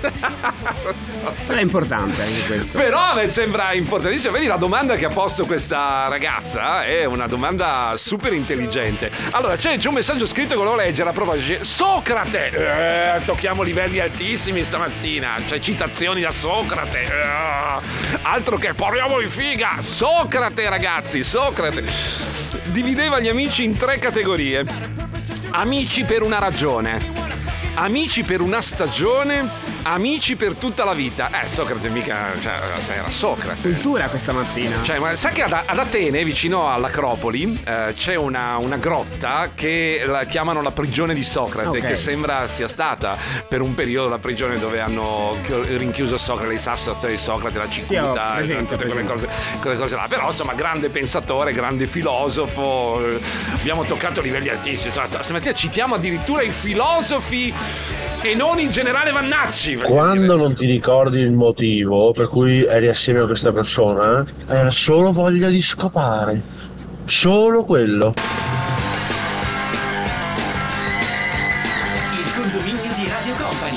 Però è importante anche questo. Però mi sembra importantissimo. Vedi, la domanda che ha posto questa ragazza è una domanda super intelligente. Allora c'è un messaggio scritto che volevo leggere a proposito. Socrate, tocchiamo livelli altissimi stamattina, cioè citazioni da Socrate, altro che parliamo di figa. Socrate, ragazzi, Socrate divideva gli amici in 3 categorie: amici per una ragione, amici per una stagione, amici per tutta la vita. Socrate mica, cioè, era Socrate. Cultura questa mattina. Cioè, ma sai che ad Atene, vicino all'Acropoli, c'è una grotta che la chiamano la prigione di Socrate, che sembra sia stata per un periodo la prigione dove hanno rinchiuso Socrate, lei sa la storia di Socrate, la cicuta, tutte quelle cose là. Però insomma, grande pensatore, grande filosofo, abbiamo toccato livelli altissimi. Stamattina citiamo addirittura i filosofi e non il generale Vannacci. Quando non ti ricordi il motivo per cui eri assieme a questa persona, era solo voglia di scopare. Solo quello. Il condominio di Radio Company.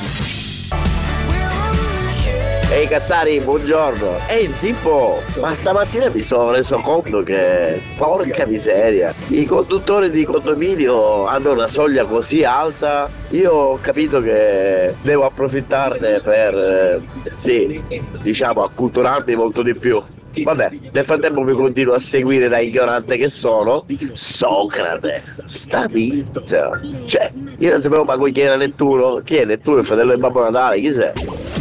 Ehi Cazzari, buongiorno. Ehi Zippo, ma stamattina mi sono reso conto che, porca miseria, i conduttori di condominio hanno una soglia così alta. Io ho capito che devo approfittarne per, acculturarmi molto di più. Vabbè, nel frattempo vi continuo a seguire da ignorante che sono. Socrate, sta pizza. Cioè, io non sapevo ma chi era Nettuno. Chi è Nettuno, il fratello di Babbo Natale, chi sei?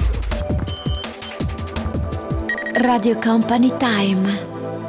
Radio Company Time.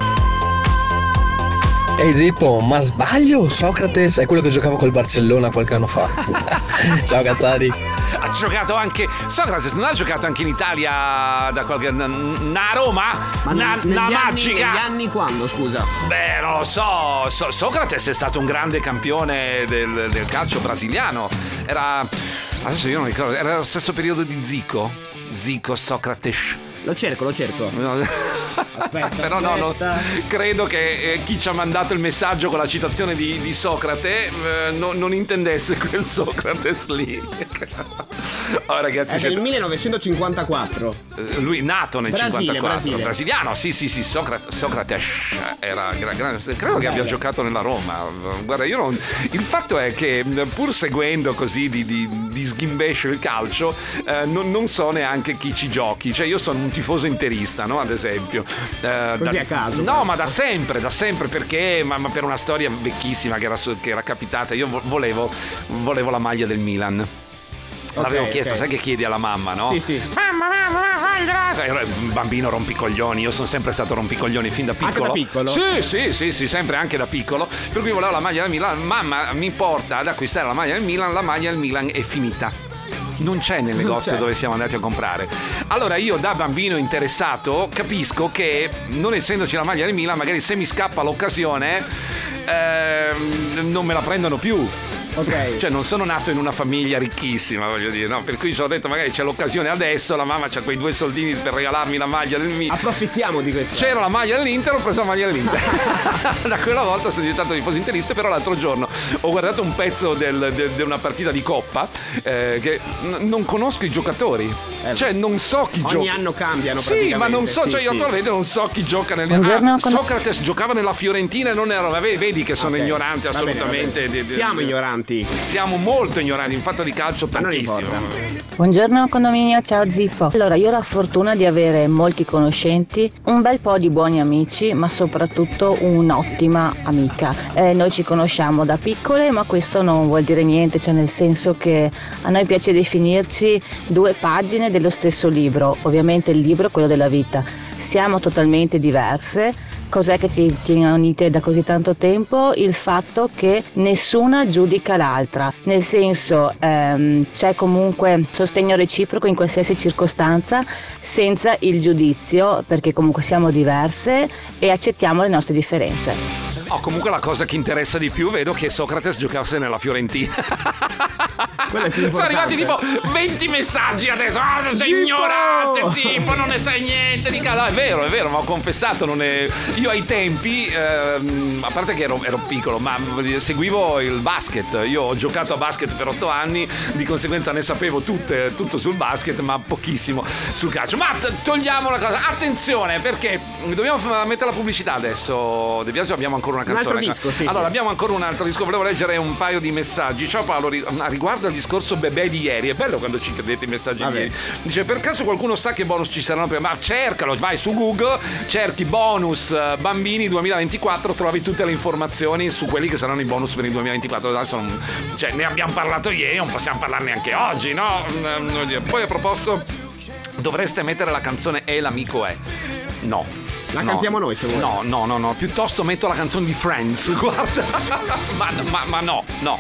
Ehi Zippo, ma sbaglio? Socrates è quello che giocava col Barcellona qualche anno fa. Ciao Cazzari. Ha giocato anche Socrates, non ha giocato anche in Italia da qualche a Roma? Ma magica. Negli anni quando, scusa? Beh, non lo so. Socrates è stato un grande campione del calcio brasiliano. Adesso io non ricordo, era lo stesso periodo di Zico, Socrates. Lo cerco. Aspetta, però no, credo che chi ci ha mandato il messaggio con la citazione di Socrate non intendesse quel Socrates lì. Oh, ragazzi, è del 1954. Lui nato nel 54. Brasile. Brasiliano, sì, Socrates era grande. Credo che abbia giocato nella Roma. Guarda, il fatto è che pur seguendo così di sghimbescio il calcio, non so neanche chi ci giochi. Cioè, io sono un tifoso interista, no? Ad esempio, Così a caso? No, ma da sempre, perché ma per una storia vecchissima che era capitata. Io volevo la maglia del Milan. L'avevo chiesto, sai che chiedi alla mamma, no? Sì. Mamma, ero un bambino rompicoglioni, io sono sempre stato rompicoglioni fin da piccolo. Anche da piccolo? Sì, sempre anche da piccolo. Per cui volevo la maglia del Milan. Mamma mi porta ad acquistare la maglia del Milan, la maglia del Milan è finita. Non c'è nel negozio dove siamo andati a comprare. Allora io da bambino interessato capisco che non essendoci la maglia del Milan, magari se mi scappa l'occasione non me la prendono più. Ok. Cioè non sono nato in una famiglia ricchissima, voglio dire, no? Per cui ci ho detto magari c'è l'occasione adesso, la mamma c'ha quei 2 soldini per regalarmi la maglia del Milan. Approfittiamo di questo. C'era la maglia dell'Inter, ho preso la maglia dell'Inter. Da quella volta sono diventato tifoso interista, però l'altro giorno ho guardato un pezzo di una partita di Coppa che non conosco i giocatori. Cioè non so chi gioca. Ogni anno cambiano praticamente. Sì, ma non so, io attualmente non so chi gioca nel Socrates giocava nella Fiorentina e non era. Vedi che sono ignorante assolutamente. Va bene. Siamo ignoranti. Siamo molto ignoranti, in fatto di calcio tantissimo. Buongiorno condominio, ciao Zippo. Allora, io ho la fortuna di avere molti conoscenti, un bel po' di buoni amici, ma soprattutto un'ottima amica. Noi ci conosciamo da piccole, ma questo non vuol dire niente, cioè nel senso che a noi piace definirci 2 pagine dello stesso libro, ovviamente il libro è quello della vita. Siamo totalmente diverse. Cos'è che ci tiene unite da così tanto tempo? Il fatto che nessuna giudica l'altra, nel senso c'è comunque sostegno reciproco in qualsiasi circostanza senza il giudizio, perché comunque siamo diverse e accettiamo le nostre differenze. Comunque la cosa che interessa di più, vedo che Socrates giocasse nella Fiorentina. Sono arrivati tipo 20 messaggi adesso. Sei ignorante, Zippo, non ne sai niente di calcio. È vero, ma ho confessato, io ai tempi, a parte che ero piccolo, ma seguivo il basket. Io ho giocato a basket per 8 anni, di conseguenza ne sapevo tutto sul basket, ma pochissimo sul calcio. Ma togliamo una cosa, attenzione, perché dobbiamo mettere la pubblicità adesso. De Biagio, abbiamo ancora una canzone. Un altro disco, sì. Allora, abbiamo ancora un altro disco. Volevo leggere un paio di messaggi. Ciao Paolo, riguardo al discorso bebè di ieri. È bello quando ci credete i messaggi di ieri. Dice, per caso qualcuno sa che bonus ci saranno prima? Ma cercalo, vai su Google, cerchi bonus bambini 2024, trovi tutte le informazioni su quelli che saranno i bonus per il 2024. Adesso ne abbiamo parlato ieri, non possiamo parlarne anche oggi, no? Poi a proposito, dovreste mettere la canzone E l'amico è. No. La cantiamo noi se vuoi. No, piuttosto metto la canzone di Friends, guarda. ma no.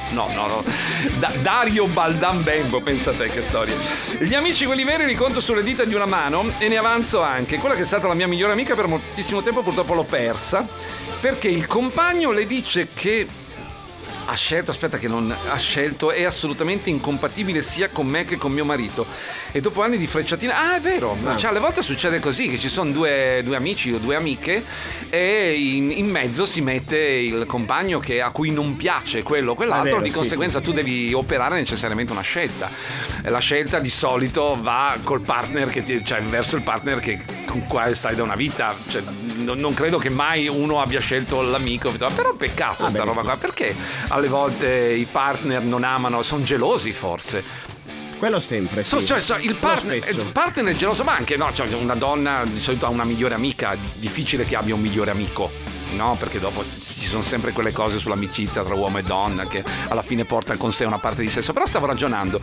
Dario Baldan Bembo, pensa a te che storia. Gli amici quelli veri li conto sulle dita di una mano e ne avanzo anche. Quella che è stata la mia migliore amica per moltissimo tempo purtroppo l'ho persa, perché il compagno le dice che ha scelto è assolutamente incompatibile sia con me che con mio marito, e dopo anni di frecciatina è vero, cioè alle volte succede così, che ci sono due amici o 2 amiche e in mezzo si mette il compagno a cui non piace quello o quell'altro, di conseguenza tu devi operare necessariamente una scelta, e la scelta di solito va col partner verso il partner con quale stai da una vita, cioè non credo che mai uno abbia scelto l'amico, però peccato sta roba qua, perché alle volte i partner non amano, sono gelosi forse. Quello sempre, sì. Il partner è geloso, ma anche una donna di solito ha una migliore amica, difficile che abbia un migliore amico, no? Perché dopo ci sono sempre quelle cose sull'amicizia tra uomo e donna che alla fine porta con sé una parte di sesso. Però stavo ragionando,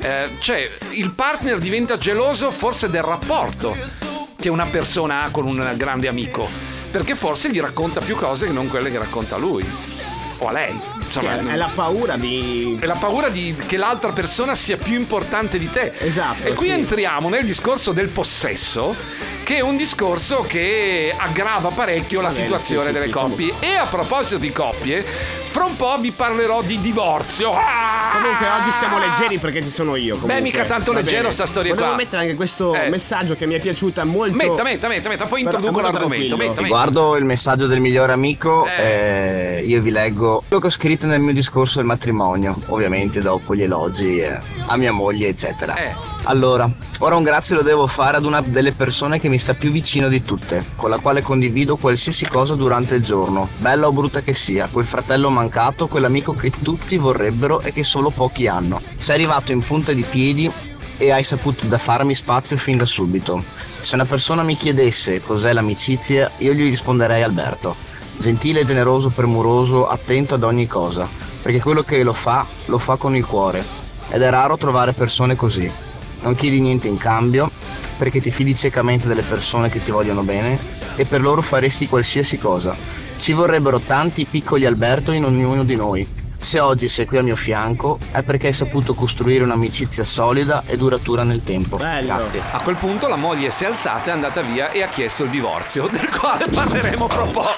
il partner diventa geloso forse del rapporto che una persona ha con un grande amico, perché forse gli racconta più cose che non quelle che racconta a lui o a lei. È la paura di che l'altra persona sia più importante di te. Esatto. E qui entriamo nel discorso del possesso, che è un discorso che aggrava parecchio la situazione delle coppie. E a proposito di coppie, fra un po' vi parlerò di divorzio. Comunque oggi siamo leggeri perché ci sono io. Comunque. Beh, mica tanto leggero sta storia Volevo qua. mettere anche questo messaggio che mi è piaciuta molto. Metta, poi introduco l'argomento. Riguardo il messaggio del migliore amico, io vi leggo quello che ho scritto nel mio discorso del matrimonio, ovviamente dopo gli elogi a mia moglie eccetera. Allora, ora un grazie lo devo fare ad una delle persone che mi sta più vicino di tutte, con la quale condivido qualsiasi cosa durante il giorno, bella o brutta che sia, quel fratello mancato, quell'amico che tutti vorrebbero e che solo pochi hanno. Sei arrivato in punta di piedi e hai saputo da farmi spazio fin da subito. Se una persona mi chiedesse cos'è l'amicizia, io gli risponderei Alberto. Gentile, generoso, premuroso, attento ad ogni cosa, perché quello che lo fa con il cuore. Ed è raro trovare persone così. Non chiedi niente in cambio, perché ti fidi ciecamente delle persone che ti vogliono bene e per loro faresti qualsiasi cosa. Ci vorrebbero tanti piccoli Alberto in ognuno di noi. Se oggi sei qui al mio fianco è perché hai saputo costruire un'amicizia solida e duratura nel tempo. Grazie. A quel punto la moglie si è alzata, è andata via e ha chiesto il divorzio, del quale parleremo fra poco.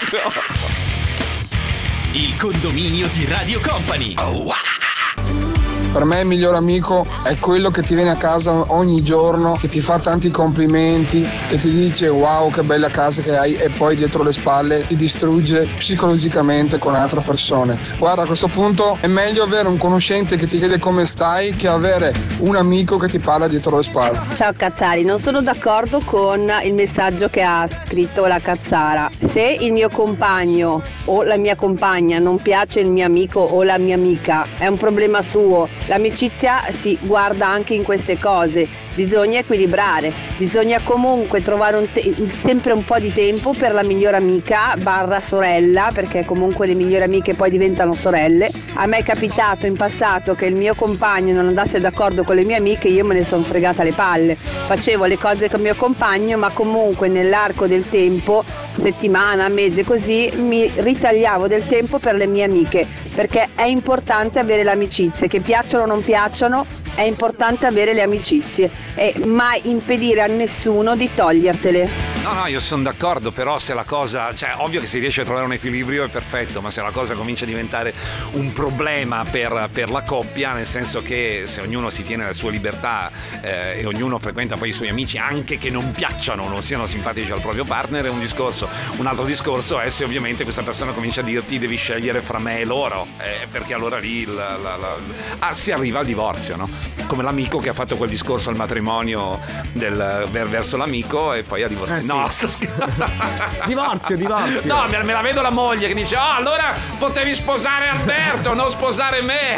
Il condominio di Radio Company. Per me il miglior amico è quello che ti viene a casa ogni giorno, che ti fa tanti complimenti, che ti dice wow che bella casa che hai e poi dietro le spalle ti distrugge psicologicamente con altre persone. Guarda, a questo punto è meglio avere un conoscente che ti chiede come stai che avere un amico che ti parla dietro le spalle. Ciao Cazzari, non sono d'accordo con il messaggio che ha scritto la Cazzara. Se il mio compagno o la mia compagna non piace il mio amico o la mia amica, è un problema suo. L'amicizia si guarda anche in queste cose, bisogna equilibrare, bisogna comunque trovare sempre un po' di tempo per la migliore amica / sorella, perché comunque le migliori amiche poi diventano sorelle. A me è capitato in passato che il mio compagno non andasse d'accordo con le mie amiche, io me ne sono fregata le palle, facevo le cose con il mio compagno, ma comunque nell'arco del tempo, settimana, mese così, mi ritagliavo del tempo per le mie amiche, perché è importante avere le amicizie, che piacciono o non piacciono, è importante avere le amicizie e mai impedire a nessuno di togliertele. No, io sono d'accordo, però se la cosa, cioè ovvio che si riesce a trovare un equilibrio è perfetto, ma se la cosa comincia a diventare un problema per la coppia, nel senso che se ognuno si tiene la sua libertà e ognuno frequenta poi i suoi amici anche che non piacciono o non siano simpatici al proprio partner, è un discorso. Un altro discorso è se ovviamente questa persona comincia a dirti devi scegliere fra me e loro, perché allora lì si arriva al divorzio, no? Come l'amico che ha fatto quel discorso al matrimonio verso l'amico e poi ha divorziato. Sì. No, divorzio. No, me la vedo la moglie che dice allora potevi sposare Alberto, non sposare me.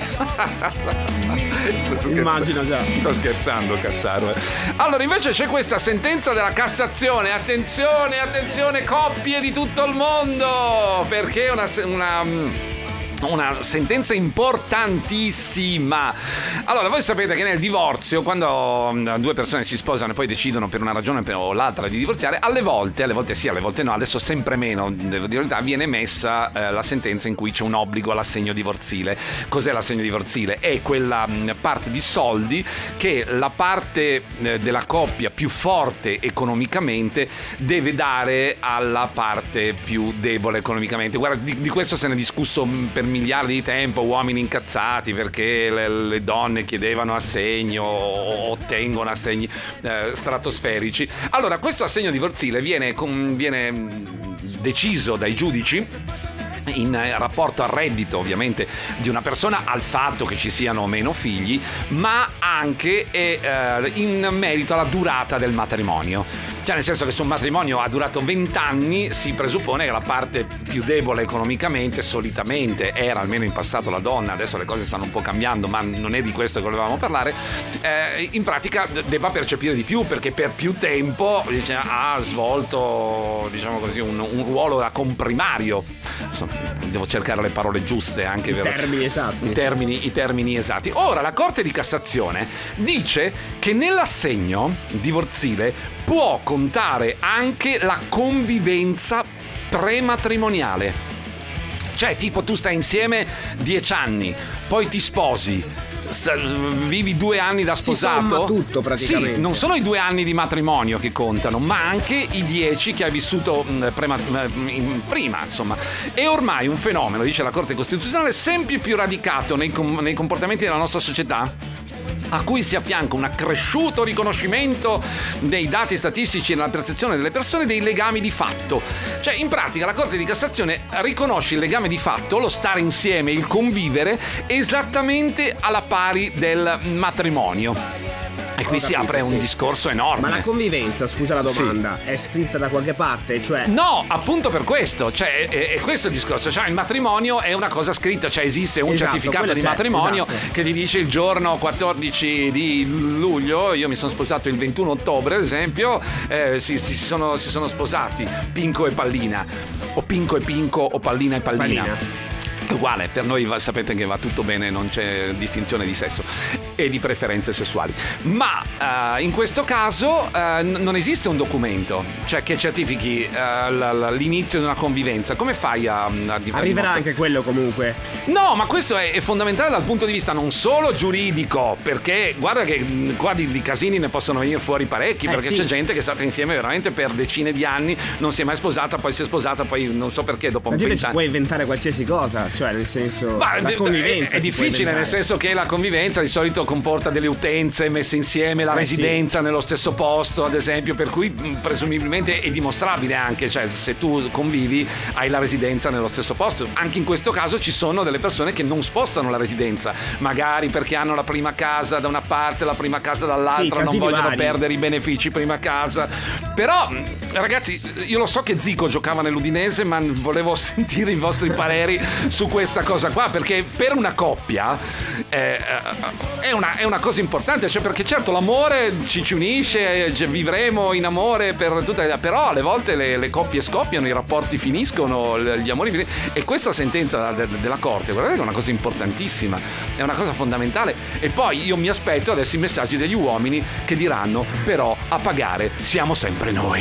Immagino già. Sto scherzando, Cazzaro. Allora invece c'è questa sentenza della Cassazione. Attenzione coppie di tutto il mondo, perché una sentenza importantissima. Allora, voi sapete che nel divorzio, quando due persone si sposano e poi decidono per una ragione o l'altra di divorziare, alle volte sì, alle volte no, adesso sempre meno, devo dire la verità, viene messa la sentenza in cui c'è un obbligo all'assegno divorzile. Cos'è l'assegno divorzile? È quella parte di soldi che la parte della coppia più forte economicamente deve dare alla parte più debole economicamente. Guarda, di questo se ne è discusso per miliardi di tempo, uomini incazzati perché le donne chiedevano assegno o ottengono assegni stratosferici. Allora, questo assegno divorzile viene deciso dai giudici in rapporto al reddito ovviamente di una persona, al fatto che ci siano o meno figli, ma anche in merito alla durata del matrimonio. Cioè, nel senso che se un matrimonio ha durato 20 anni si presuppone che la parte più debole economicamente solitamente era, almeno in passato, la donna. Adesso le cose stanno un po' cambiando, ma non è di questo che volevamo parlare. In pratica debba percepire di più, perché per più tempo ha svolto, diciamo così, un ruolo da comprimario. Devo cercare le parole giuste anche per i termini esatti. Ora la Corte di Cassazione dice che nell'assegno divorzile può contare anche la convivenza prematrimoniale. Cioè, tipo, tu stai insieme 10 anni, poi ti sposi, vivi 2 anni da sposato. Si somma tutto praticamente. Sì, non sono i 2 anni di matrimonio che contano, ma anche i 10 che hai vissuto prima, insomma. È ormai un fenomeno, dice la Corte Costituzionale, sempre più radicato nei comportamenti della nostra società, a cui si affianca un accresciuto riconoscimento dei dati statistici nella percezione delle persone dei legami di fatto. Cioè, in pratica la Corte di Cassazione riconosce il legame di fatto, lo stare insieme, il convivere, esattamente alla pari del matrimonio. E qui si apre un discorso enorme. Ma la convivenza, scusa la domanda, è scritta da qualche parte? Cioè... No, appunto per questo, cioè è questo il discorso, cioè il matrimonio è una cosa scritta, cioè esiste un certificato di matrimonio che ti dice il giorno 14 di luglio, io mi sono sposato il 21 ottobre ad esempio, si sono sposati Pinco e Pallina, o Pinco e Pinco, o Pallina e Pallina. Uguale, per noi sapete che va tutto bene, non c'è distinzione di sesso e di preferenze sessuali. Ma in questo caso non esiste un documento, cioè che certifichi l'inizio di una convivenza. Come fai a arriverà anche quello comunque? No, ma questo è fondamentale dal punto di vista non solo giuridico, perché guarda che qua di casini ne possono venire fuori parecchi, perché c'è gente che è stata insieme veramente per decine di anni, non si è mai sposata, poi si è sposata, poi non so perché dopo un po' di anni puoi inventare qualsiasi cosa. Cioè, nel senso, la convivenza è difficile, nel senso che la convivenza di solito comporta delle utenze messe insieme, la residenza nello stesso posto, ad esempio, per cui presumibilmente è dimostrabile anche, cioè se tu convivi hai la residenza nello stesso posto. Anche in questo caso ci sono delle persone che non spostano la residenza, magari perché hanno la prima casa da una parte, la prima casa dall'altra, non vogliono perdere i benefici prima casa. Però ragazzi, io lo so che Zico giocava nell'Udinese, ma volevo sentire i vostri pareri su questa cosa qua, perché per una coppia è una cosa importante, cioè, perché certo l'amore ci unisce, vivremo in amore per tutta, però alle volte le coppie scoppiano, i rapporti finiscono, gli amori finiscono, e questa sentenza della Corte, guardate che è una cosa importantissima, è una cosa fondamentale. E poi io mi aspetto adesso i messaggi degli uomini che diranno: però a pagare siamo sempre noi.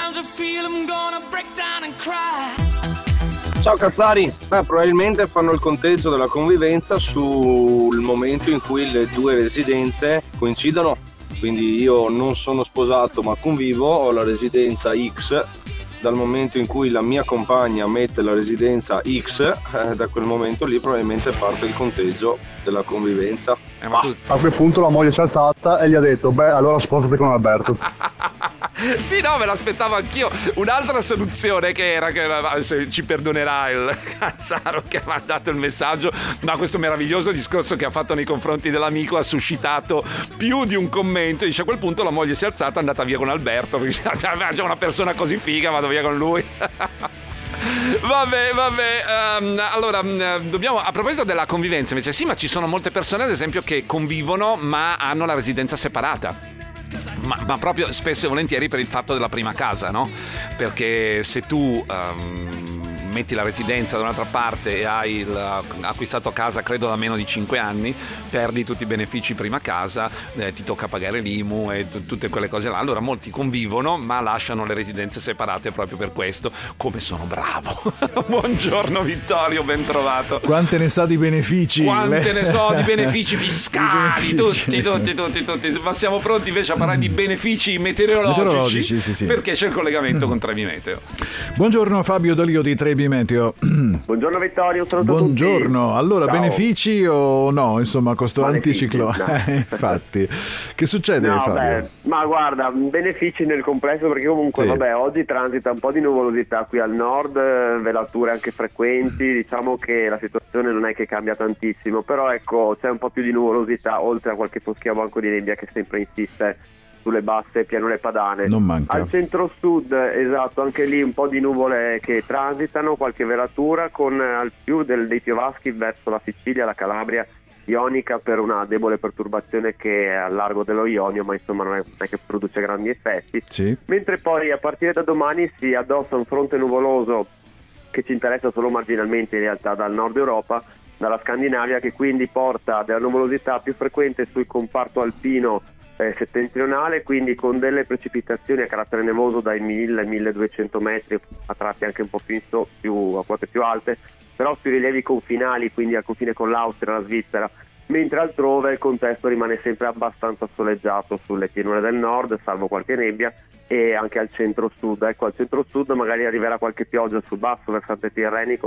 Ciao Cazzari, probabilmente fanno il conteggio della convivenza sul momento in cui le due residenze coincidono, quindi io non sono sposato ma convivo, ho la residenza X, dal momento in cui la mia compagna mette la residenza X, da quel momento lì probabilmente parte il conteggio della convivenza. A quel punto la moglie si è alzata e gli ha detto: beh, allora sposati con Alberto. Sì, no, me l'aspettavo anch'io. Un'altra soluzione che era, che adesso ci perdonerà il Cazzaro che mi ha dato il messaggio, ma questo meraviglioso discorso che ha fatto nei confronti dell'amico ha suscitato più di un commento. Dice: a quel punto la moglie si è alzata e è andata via con Alberto, perché c'è una persona così figa, vado via con lui. Vabbè, allora dobbiamo, a proposito della convivenza invece, sì, ma ci sono molte persone ad esempio che convivono ma hanno la residenza separata. Ma proprio spesso e volentieri per il fatto della prima casa, no? Perché se tu metti la residenza da un'altra parte e hai acquistato casa credo da meno di 5 anni, perdi tutti i benefici prima casa, ti tocca pagare l'IMU e tutte quelle cose là. Allora molti convivono ma lasciano le residenze separate proprio per questo. Come sono bravo. Buongiorno Vittorio, ben trovato. Quante ne sa di benefici? Quante ne so di benefici fiscali, tutti. Ma siamo pronti invece a parlare di benefici meteorologici, sì. Perché c'è il collegamento con Trebi Meteo. Buongiorno Fabio D'Olio di Trebi Meteo. Buongiorno Vittorio, un saluto. Buongiorno. Allora, ciao. Benefici o no? Insomma, questo anticiclone. No. Infatti. Che succede, Fabio? Ma guarda, benefici nel complesso, perché comunque oggi transita un po' di nuvolosità qui al nord, velature anche frequenti, diciamo che la situazione non è che cambia tantissimo, però ecco, c'è un po' più di nuvolosità, oltre a qualche schiavambanco di nebbia che sempre insiste sulle basse pianure padane. Non manca. Al centro-sud, esatto, anche lì un po' di nuvole che transitano, qualche velatura con al più dei piovaschi verso la Sicilia, la Calabria ionica per una debole perturbazione che è al largo dello Ionio, ma insomma non è che produce grandi effetti. Sì. Mentre poi a partire da domani si addossa un fronte nuvoloso che ci interessa solo marginalmente in realtà dal nord Europa, dalla Scandinavia, che quindi porta della nuvolosità più frequente sul comparto alpino settentrionale, quindi con delle precipitazioni a carattere nevoso dai 1000-1200 metri, a tratti anche un po' a quote più alte, però sui rilievi confinali, quindi al confine con l'Austria e la Svizzera, mentre altrove il contesto rimane sempre abbastanza soleggiato sulle pianure del nord, salvo qualche nebbia, e anche al centro-sud. Ecco, al centro-sud magari arriverà qualche pioggia sul basso versante tirrenico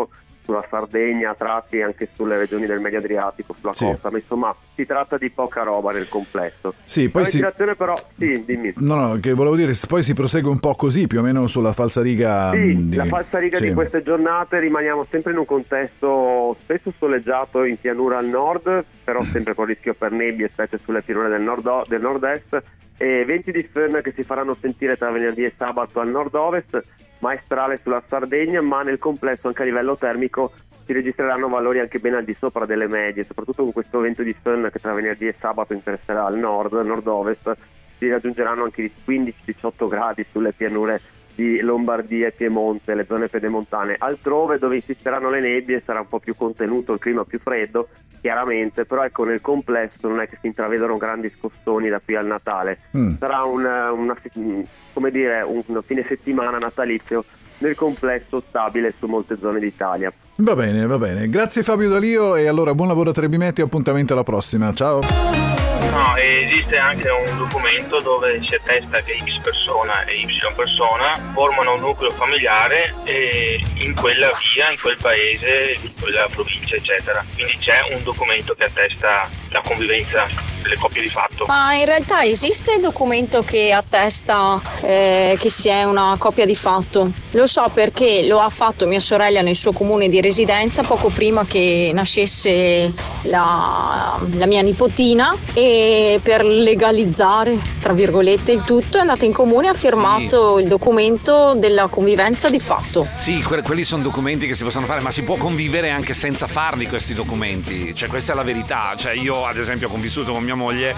sulla Sardegna, a tratti anche sulle regioni del Medio Adriatico, sulla costa, ma insomma si tratta di poca roba nel complesso. Sì, poi però, sì, dimmi. No, che volevo dire, poi si prosegue un po' così, più o meno sulla falsariga. Sì, la falsariga di queste giornate, rimaniamo sempre in un contesto spesso soleggiato in pianura al nord, però sempre con rischio per nebbie, specie sulle pianure del nord-est, e venti di Föhn che si faranno sentire tra venerdì e sabato al nord-ovest, maestrale sulla Sardegna, ma nel complesso anche a livello termico si registreranno valori anche ben al di sopra delle medie, soprattutto con questo vento di Föhn che tra venerdì e sabato interesserà al nord-ovest, si raggiungeranno anche i 15-18 gradi sulle pianure di Lombardia e Piemonte, le zone pedemontane. Altrove, dove insisteranno le nebbie, sarà un po' più contenuto, il clima più freddo, chiaramente, però ecco, nel complesso non è che si intravedono grandi scossoni da qui al Natale. Sarà un fine settimana natalizio nel complesso stabile su molte zone d'Italia. Va bene. Grazie Fabio D'Alio, e allora buon lavoro a Trebi Meteo, appuntamento alla prossima. Ciao. No, esiste anche un documento dove si attesta che X persona e Y persona formano un nucleo familiare in quella via, in quel paese, in quella provincia, eccetera. Quindi c'è un documento che attesta la convivenza delle coppie di fatto. Ma in realtà esiste il documento che attesta che si è una coppia di fatto? Lo so perché lo ha fatto mia sorella nel suo comune di residenza poco prima che nascesse la mia nipotina, e per legalizzare tra virgolette il tutto è andata in comune e ha firmato il documento della convivenza di fatto. Sì, quelli sono documenti che si possono fare, ma si può convivere anche senza farli questi documenti, cioè questa è la verità. Cioè io ad esempio ho convissuto con mia moglie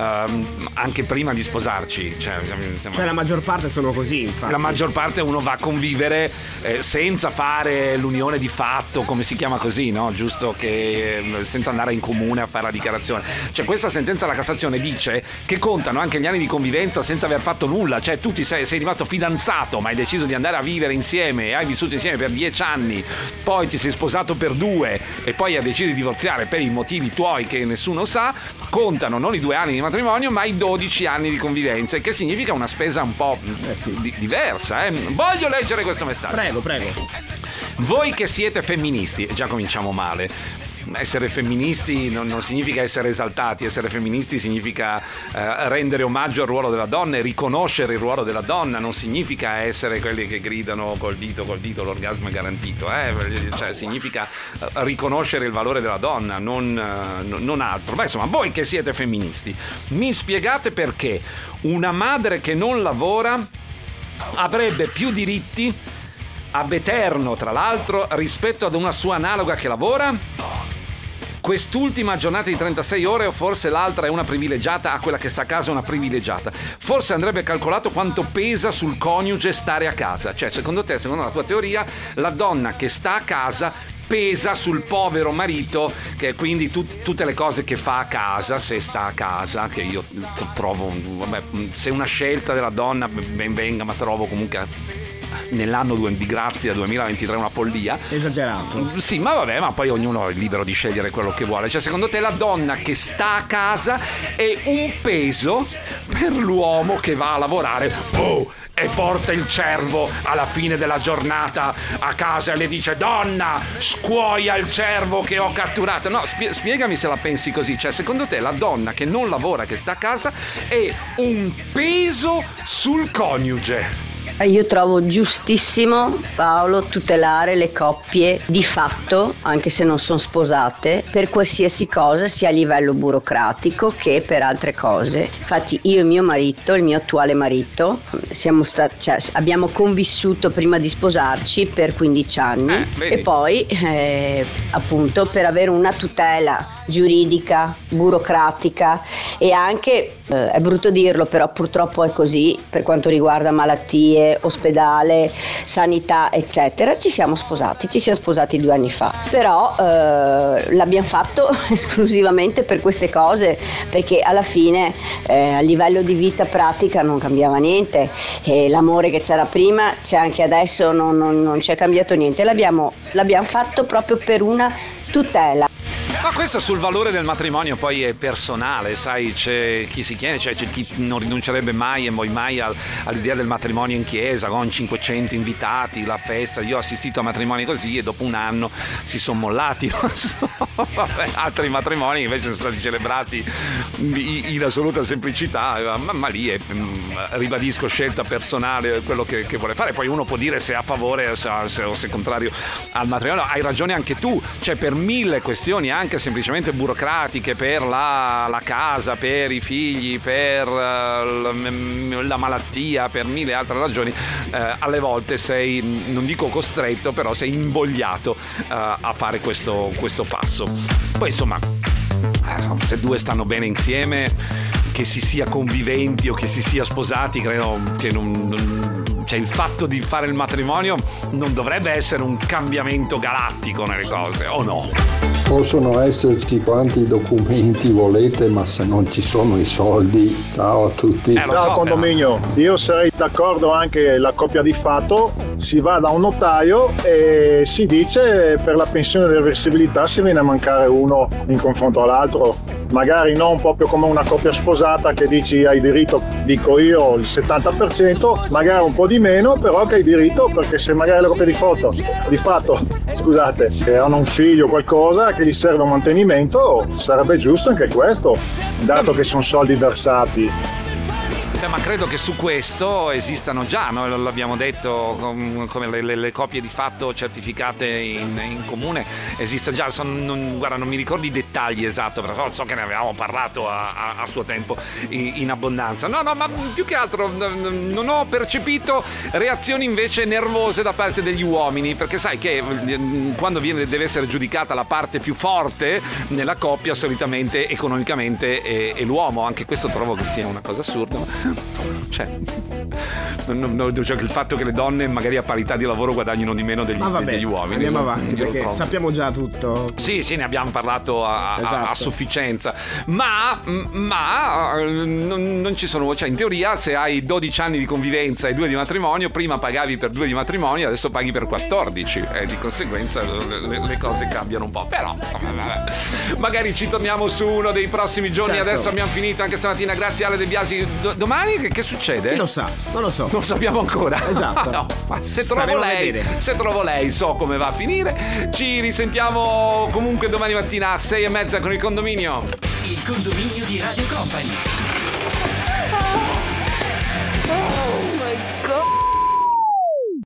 anche prima di sposarci, cioè la maggior parte sono così, infatti. La maggior parte uno va a convivere senza fare l'unione di fatto, come si chiama così, no? Giusto, che senza andare in comune a fare la dichiarazione. Cioè questa sentenza della Cassazione dice che contano anche gli anni di convivenza senza aver fatto nulla. Cioè tu sei rimasto fidanzato ma hai deciso di andare a vivere insieme e hai vissuto insieme per 10 anni, poi ti sei sposato per 2 e poi hai deciso di divorziare per i motivi tuoi che nessuno sa, contano non i 2 anni di matrimonio ma i 12 anni di convivenza, che significa una spesa un po' diversa. Voglio leggere questo messaggio. Prego. Voi che siete femministi, già cominciamo male. Essere femministi non significa essere esaltati, essere femministi significa rendere omaggio al ruolo della donna e riconoscere il ruolo della donna, non significa essere quelli che gridano col dito l'orgasmo è garantito, cioè significa riconoscere il valore della donna, non altro. Beh, insomma, voi che siete femministi, mi spiegate perché una madre che non lavora avrebbe più diritti ab eterno, tra l'altro, rispetto ad una sua analoga che lavora? Quest'ultima giornata di 36 ore o forse l'altra è una privilegiata, quella che sta a casa è una privilegiata. Forse andrebbe calcolato quanto pesa sul coniuge stare a casa. Cioè, secondo te, secondo la tua teoria, la donna che sta a casa pesa sul povero marito, che quindi tutte le cose che fa a casa, se sta a casa, che io trovo, se una scelta della donna ben venga, ma trovo comunque nell'anno di grazia 2023 una follia, esagerato. Sì, ma vabbè, ma poi ognuno è libero di scegliere quello che vuole. Cioè, secondo te la donna che sta a casa è un peso per l'uomo che va a lavorare e porta il cervo alla fine della giornata a casa e le dice: donna, scuoia il cervo che ho catturato. No, spiegami se la pensi così. Cioè, secondo te la donna che non lavora, che sta a casa, è un peso sul coniuge? Io trovo giustissimo, Paolo, tutelare le coppie di fatto, anche se non sono sposate, per qualsiasi cosa, sia a livello burocratico che per altre cose. Infatti io e mio marito, il mio attuale marito, abbiamo convissuto prima di sposarci per 15 anni e poi appunto per avere una tutela giuridica, burocratica e anche, è brutto dirlo, però purtroppo è così, per quanto riguarda malattie, ospedale, sanità, eccetera, ci siamo sposati 2 anni fa, però l'abbiamo fatto esclusivamente per queste cose, perché alla fine a livello di vita pratica non cambiava niente, e l'amore che c'era prima c'è anche adesso, non c'è cambiato niente, l'abbiamo fatto proprio per una tutela. Ma questo sul valore del matrimonio poi è personale, sai, c'è chi si chiede, cioè c'è chi non rinuncerebbe mai e mai all'idea del matrimonio in chiesa con 500 invitati, la festa. Io ho assistito a matrimoni così e dopo un anno si sono mollati, non so. Vabbè, altri matrimoni invece sono stati celebrati in assoluta semplicità, ma lì è, ribadisco, scelta personale, quello che vuole fare. Poi uno può dire se è a favore o se è contrario al matrimonio. Hai ragione anche tu, cioè per 1000 questioni anche semplicemente burocratiche, per la casa, per i figli, per la malattia, per 1000 altre ragioni, alle volte sei, non dico costretto, però sei invogliato a fare questo passo. Poi insomma, se due stanno bene insieme, che si sia conviventi o che si sia sposati, credo che cioè il fatto di fare il matrimonio non dovrebbe essere un cambiamento galattico nelle cose, o no? Possono esserci quanti documenti volete, ma se non ci sono i soldi, ciao a tutti. Ciao condominio, io sarei d'accordo anche la coppia di fatto, si va da un notaio e si dice per la pensione di reversibilità si viene a mancare uno in confronto all'altro, magari non proprio come una coppia sposata che dici hai diritto, dico io, il 70%, magari un po' di meno, però che hai diritto, perché se magari la coppia di fatto, scusate, che hanno un figlio o qualcosa che gli serve un mantenimento, sarebbe giusto anche questo, dato che sono soldi versati. Ma credo che su questo esistano già, noi l'abbiamo detto, come le coppie di fatto certificate in comune, esiste già. Guarda, non mi ricordo i dettagli esatto, però so che ne avevamo parlato a suo tempo in abbondanza. No, ma più che altro non ho percepito reazioni invece nervose da parte degli uomini, perché sai che quando deve essere giudicata la parte più forte nella coppia, solitamente economicamente è l'uomo. Anche questo trovo che sia una cosa assurda. Cioè, il fatto che le donne magari a parità di lavoro guadagnino di meno degli uomini. Andiamo avanti, perché sappiamo già tutto. Sì, ne abbiamo parlato a sufficienza. Ma non ci sono, cioè in teoria se hai 12 anni di convivenza e 2 di matrimonio, prima pagavi per 2 di matrimonio, adesso paghi per 14 e di conseguenza le cose cambiano un po'. Però magari ci torniamo su uno dei prossimi giorni. Certo. Adesso abbiamo finito anche stamattina, grazie Ale De Biasi. Domani che succede? Chi lo sa? Non lo so. Non lo sappiamo ancora. Esatto. No, ma se trovo lei so come va a finire. Ci risentiamo comunque domani mattina a 6:30 con il condominio. Il condominio di Radio Company.